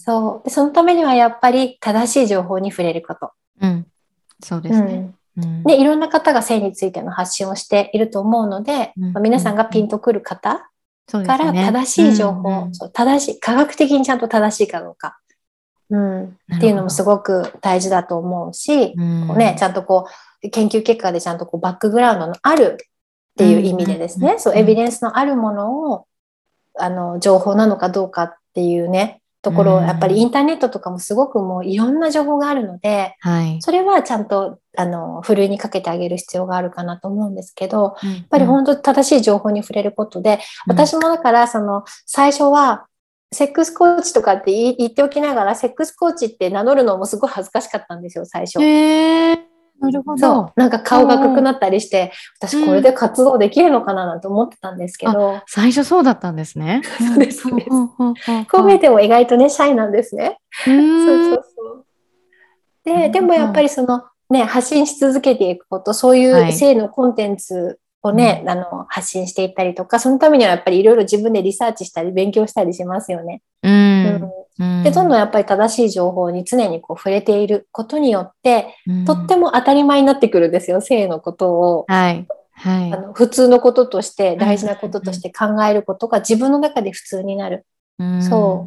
そう。で、そのためにはやっぱり正しい情報に触れること。 うん。そうですね。 うん。 うん。 で、いろんな方が性についての発信をしていると思うので、 うん。 まあ、皆うん。 さんがうん。 ピンとくる方そうでからすね。 正しい情うん。う報、 ん。 そう正しい、科学的にちゃんと正しいかどうか、うん、っていうのもすなるほど。 ごく大事だと思うし、 うこうね、 ん。 ちゃんとこう、研究結果でちゃんとこうバックグラウンドのあるっていう意うん。 味でですうん。 ね、そう、 うん。 エビデンスのあるものを、あの、情報なのかどうかっていうね、とうころ、やっぱりイん。 ンターネットとかもすごくもういろんな情報があるので、 はい。 それはちゃんと、あの、ふるいにかけてあげる必要があるかなと思うんですけど、 うん。 やっぱりうん。 本当に正しい情報に触れることで、 うん。 私もだからその最初はセックスコーチとかって言言っておきながら、セックスコーチって名乗るのもすごい恥ずかしかったんですよ、最初。 へえ、なるほど。 そう、なんか顔が赤うんうん。 くなったりして、私こうん。 れで活動できるのかななんて思ってたんですけあ、 ど、 最初そうだったんですね。うそうん。 です、そうほうです。 ほうほうほうこうほう。 見えても意外とね、シャイなんですね。 うそうーん。 そうそう。で、 なるでもやっぱほど。 りそのね、発信し続けていくこと、そういうはい。 性のコンテンツをね、 うん。 あの、発信していったりとか、そのためにはやっぱりいろいろ自分でリサーチしたり勉強したりしますよね。 ううん。 ん。うで、どんどんん。 やっぱり正しい情報に常にこう触れていることによって、 うん。 とっても当たり前になってくるんですよ、性のことを。 はい。はい。 あの普通のこととして、 うん。 大事なことうん。 として考えることが自分の中で普通になる。 うん。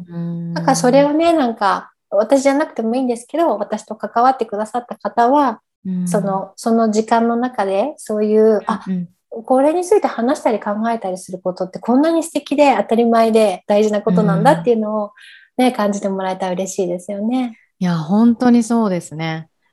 そう。 うだからそれん。 をね、なんか、私じゃなくてもいいんですけど、私と関わってくださった方は、 うん。 その、その時間の中で、そういう、あ、 うん。 これについて話したり考えたりすることってこんなに素敵で当たり前で大事なこうとなんだってん。 いうのをね、感じてもらえたら嬉しいですよね。 いや、本当にそうですね。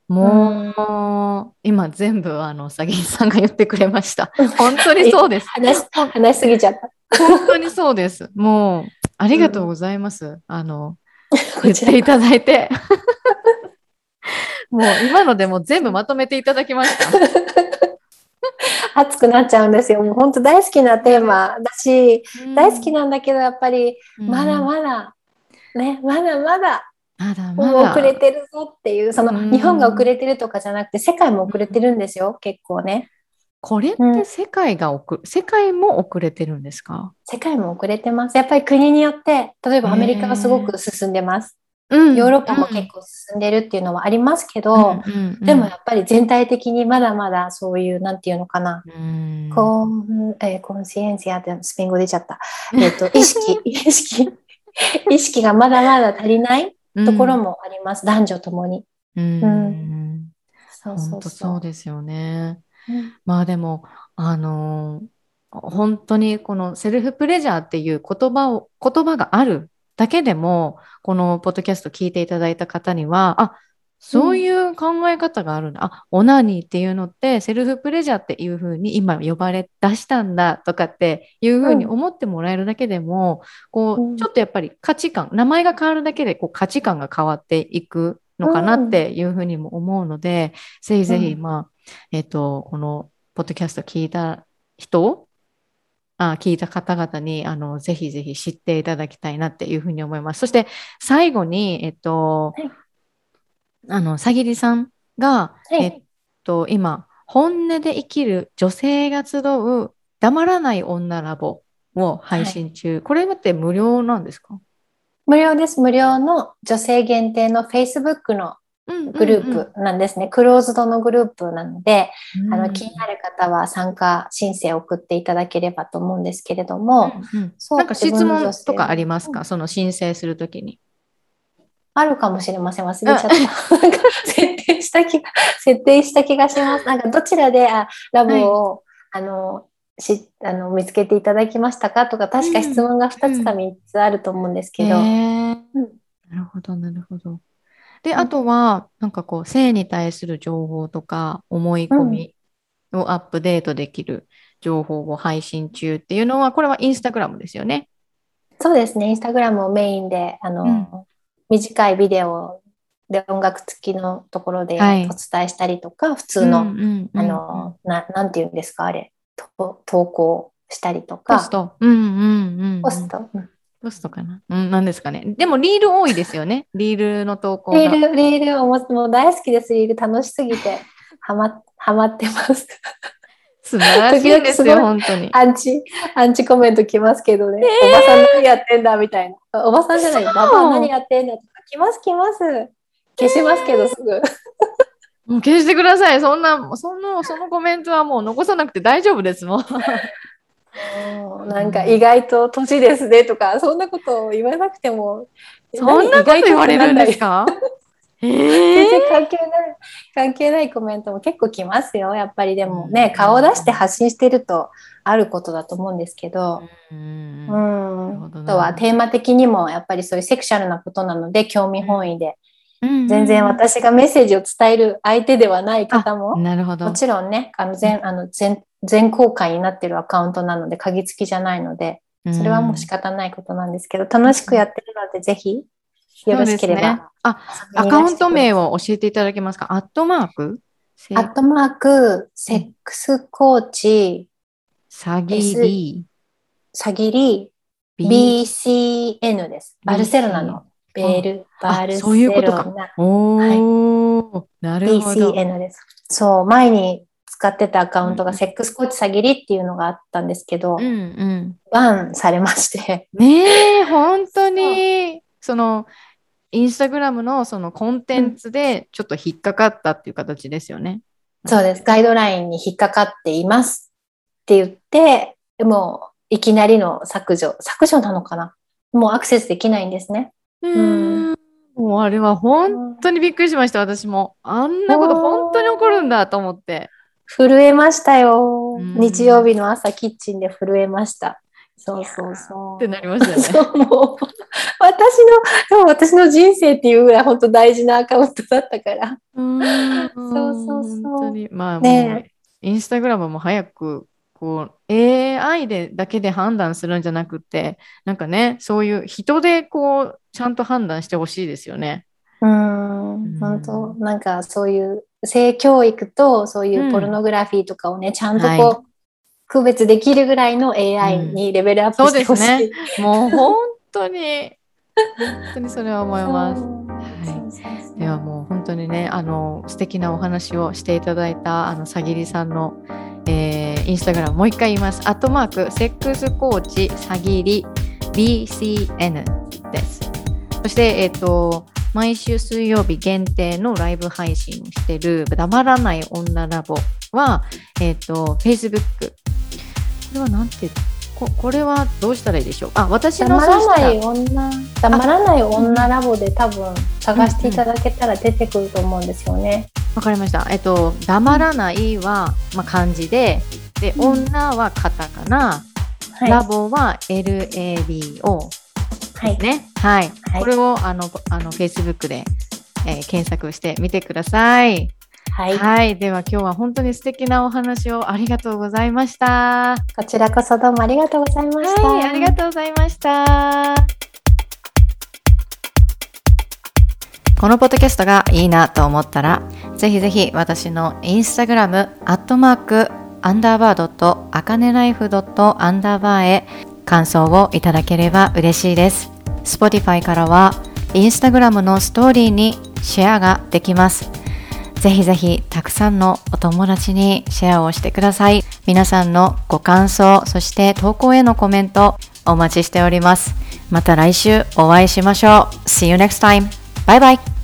もう、今全部あのさぎりさんが言ってくれました。本当にそうです。 話し、話しすぎちゃった。 本当にそうです。もうありがとうございます。うん、あの言っこちらていただいて、もう今のでも全部まとめていただきました。 熱くなっちゃうんですよ。もう本当大好きなテーマだし、 うん、 大好きなんだけどやっぱりまだまだ、 うん、 ね、まだまだ。 まだまだもう遅れてるぞっていう、その日本が遅れてるとかじゃなくて世界も遅れてるんですよ、結構ね。 これって世界が遅、うん、世界も遅れてるんですか？ 世界も遅れてます。やっぱり国によって、例えばアメリカはすごく進んでます。 うん、 ヨーロッパも結構進んでるっていうのはありますけど、うんうんうん、でもやっぱり全体的にまだまだそういう、なんていうのかな、うんコン、えー、コンシエンシアってスペイン語出ちゃった。えっと、意識、意識、意識がまだまだ足りないところもあります、うん、男女ともに。 うん。うん、そうそうそう。本当そうですよね。うん、まあでも、あのー、本当にこのセルフプレジャーっていう言葉を、言葉があるだけでも、このポッドキャスト聞いていただいた方には、あ、そういう考え方があるんだ。うん、あ、オナニーっていうのってセルフプレジャーっていう風に今呼ばれ出したんだとかっていう風に思ってもらえるだけでも、うん、こうちょっとやっぱり価値観、名前が変わるだけでこう価値観が変わっていくのかなっていう風にも思うので、うん、ぜひぜひ、まあ、えっと、このポッドキャスト聞いた人、あ聞いた方々にあのぜひぜひ知っていただきたいなっていうふうに思います。そして最後に、えっと、はい、あのさぎりさんが、はい、えっと、今本音で生きる女性が集う黙らない女ラボを配信中、はい、これって無料なんですか？ 無料です。無料の女性限定の Facebook のグループなんですね。うんうんうん、クローズドのグループなので、うん、あの気になる方は参加申請を送っていただければと思うんですけれども、 うんうん、そうなんか質問とかありますか？うん、その申請するときに。 あるかもしれません。忘れちゃった。なんか設定した気が、設定した気がします。なんかどちらであラボを、はい、あのしあの見つけていただきましたかとか、確か質問がふたつかみっつあると思うんですけど。うんえーうん、なるほど、なるほど。で、あとは、なんかこう、性に対する情報とか、思い込みをアップデートできる情報を配信中っていうのは、これはインスタグラムですよね。 そうですね、インスタグラムをメインで、あの、うん、短いビデオで音楽付きのところでお伝えしたりとか、はい、普通の、うんうんうんうん、あのな、なんていうんですか、あれ、と投稿したりとか。 ポスト。うんうんうんうん、 ポスト。うんポストかな、うん、なんですかね。でもリール多いですよね。リールの投稿が。 リール、リールももう大好きです。リール楽しすぎてハマ、ハマってます。 素晴らしいですよ、本当に。 アンチ、アンチコメント来ますけどね。えー、おばさん何やってんだみたいな。おばさんじゃない、ババア何やってんだとか来ます来ます。消しますけど、すぐ。 もう消してください。そんな、その、そのコメントはもう残さなくて大丈夫ですもん。 なんか意外と年ですねとか、そんなことを言わなくても。 そんなこと言われるんですか？ えー、全然関係ない関係ないコメントも結構来ますよ。やっぱりでもね、顔を出して発信してるとあることだと思うんですけど、うん、あとはテーマ的にもやっぱりそういうセクシャルなことなので興味本位で、うん、全然私がメッセージを伝える相手ではない方も、 なるほど、 もちろんね、あの全あの全全公開になってるアカウントなので鍵付きじゃないので、それはもう仕方ないことなんですけど、楽しくやってるのでぜひよろしければ、ね、 あ、アカウント名を教えていただけますか？アットマークアットマークセックスコーチさぎりさぎり ビーシーエヌ です。バルセロナのベルバルセロナ。 そういうことか。おー、はい、なるほど。 ビーシーエヌ です。そう、前に使ってたアカウントがセックスコーチさぎりっていうのがあったんですけど、うんうん、バンされまして。 ねえ、本当に、そ, その、インスタグラムのそのコンテンツでちょっと引っかかったっていう形ですよね。 うん、そうです。ガイドラインに引っかかっていますって言って、もういきなりの削除。削除なのかな？もうアクセスできないんですね。 うーん。もうあれは本当にびっくりしました、私も。あんなこと本当に起こるんだと思って。 震えましたよ。日曜日の朝キッチンで震えました。そうそうそう。 ってなりましたよね。そうもう私の、私の人生っていうぐらい本当大事なアカウントだったから。 うーーんそうそうそう本当にまあもう、 ねインスタグラムも早くこう エーアイ でだけで判断するんじゃなくて、なんかね、そういう人でこうちゃんと判断してほしいですよね。 ううんん、本当なんかそういう性教育とそういうポルうんノグラフィーとかをね、ちゃんとはいこう、区別できるぐらいの エーアイ にレベルアップそうしてほしい。 ですね。もう本当に、本当にそれは思います。 そうはそうそうい。 そうではもう本当にね、あの素敵なお話をしていただいたあのさぎりさんの、えーインスタグラムもう一回言います。アットマークセックスコーチさぎり ビーシーエヌ です。そしてえっ、と毎週水曜日限定のライブ配信をしている黙らない女ラボはえっ、と Facebook。これはなんてここれはどうしたらいいでしょう。あ、私の黙らない女、黙らない女ラボで多分探していただけたら出てくると思うんですよね。 わかりました。えっと、黙らないは、まあ、漢字で、で、 うん女はカタカナ、 はい。 ラボは エルエービーオーはい。 ね。はい。 はいこれをあのあの Facebook で、えー検索してみてください。 はい。 はい。では今日は本当に素敵なお話をありがとうございました。 こちらこそどうもありがとうございました。 はい。ありがとうございました。このポッドキャストがいいなと思ったら、ぜひぜひ私のインスタグラム、アットマーク、アンダーバードット、あかねライフドット、アンダーバーへ感想をいただければ嬉しいです。Spotify からは、インスタグラムのストーリーにシェアができます。ぜひぜひたくさんのお友達にシェアをしてください。皆さんのご感想、そして投稿へのコメントお待ちしております。また来週お会いしましょう。See you next time. Bye bye.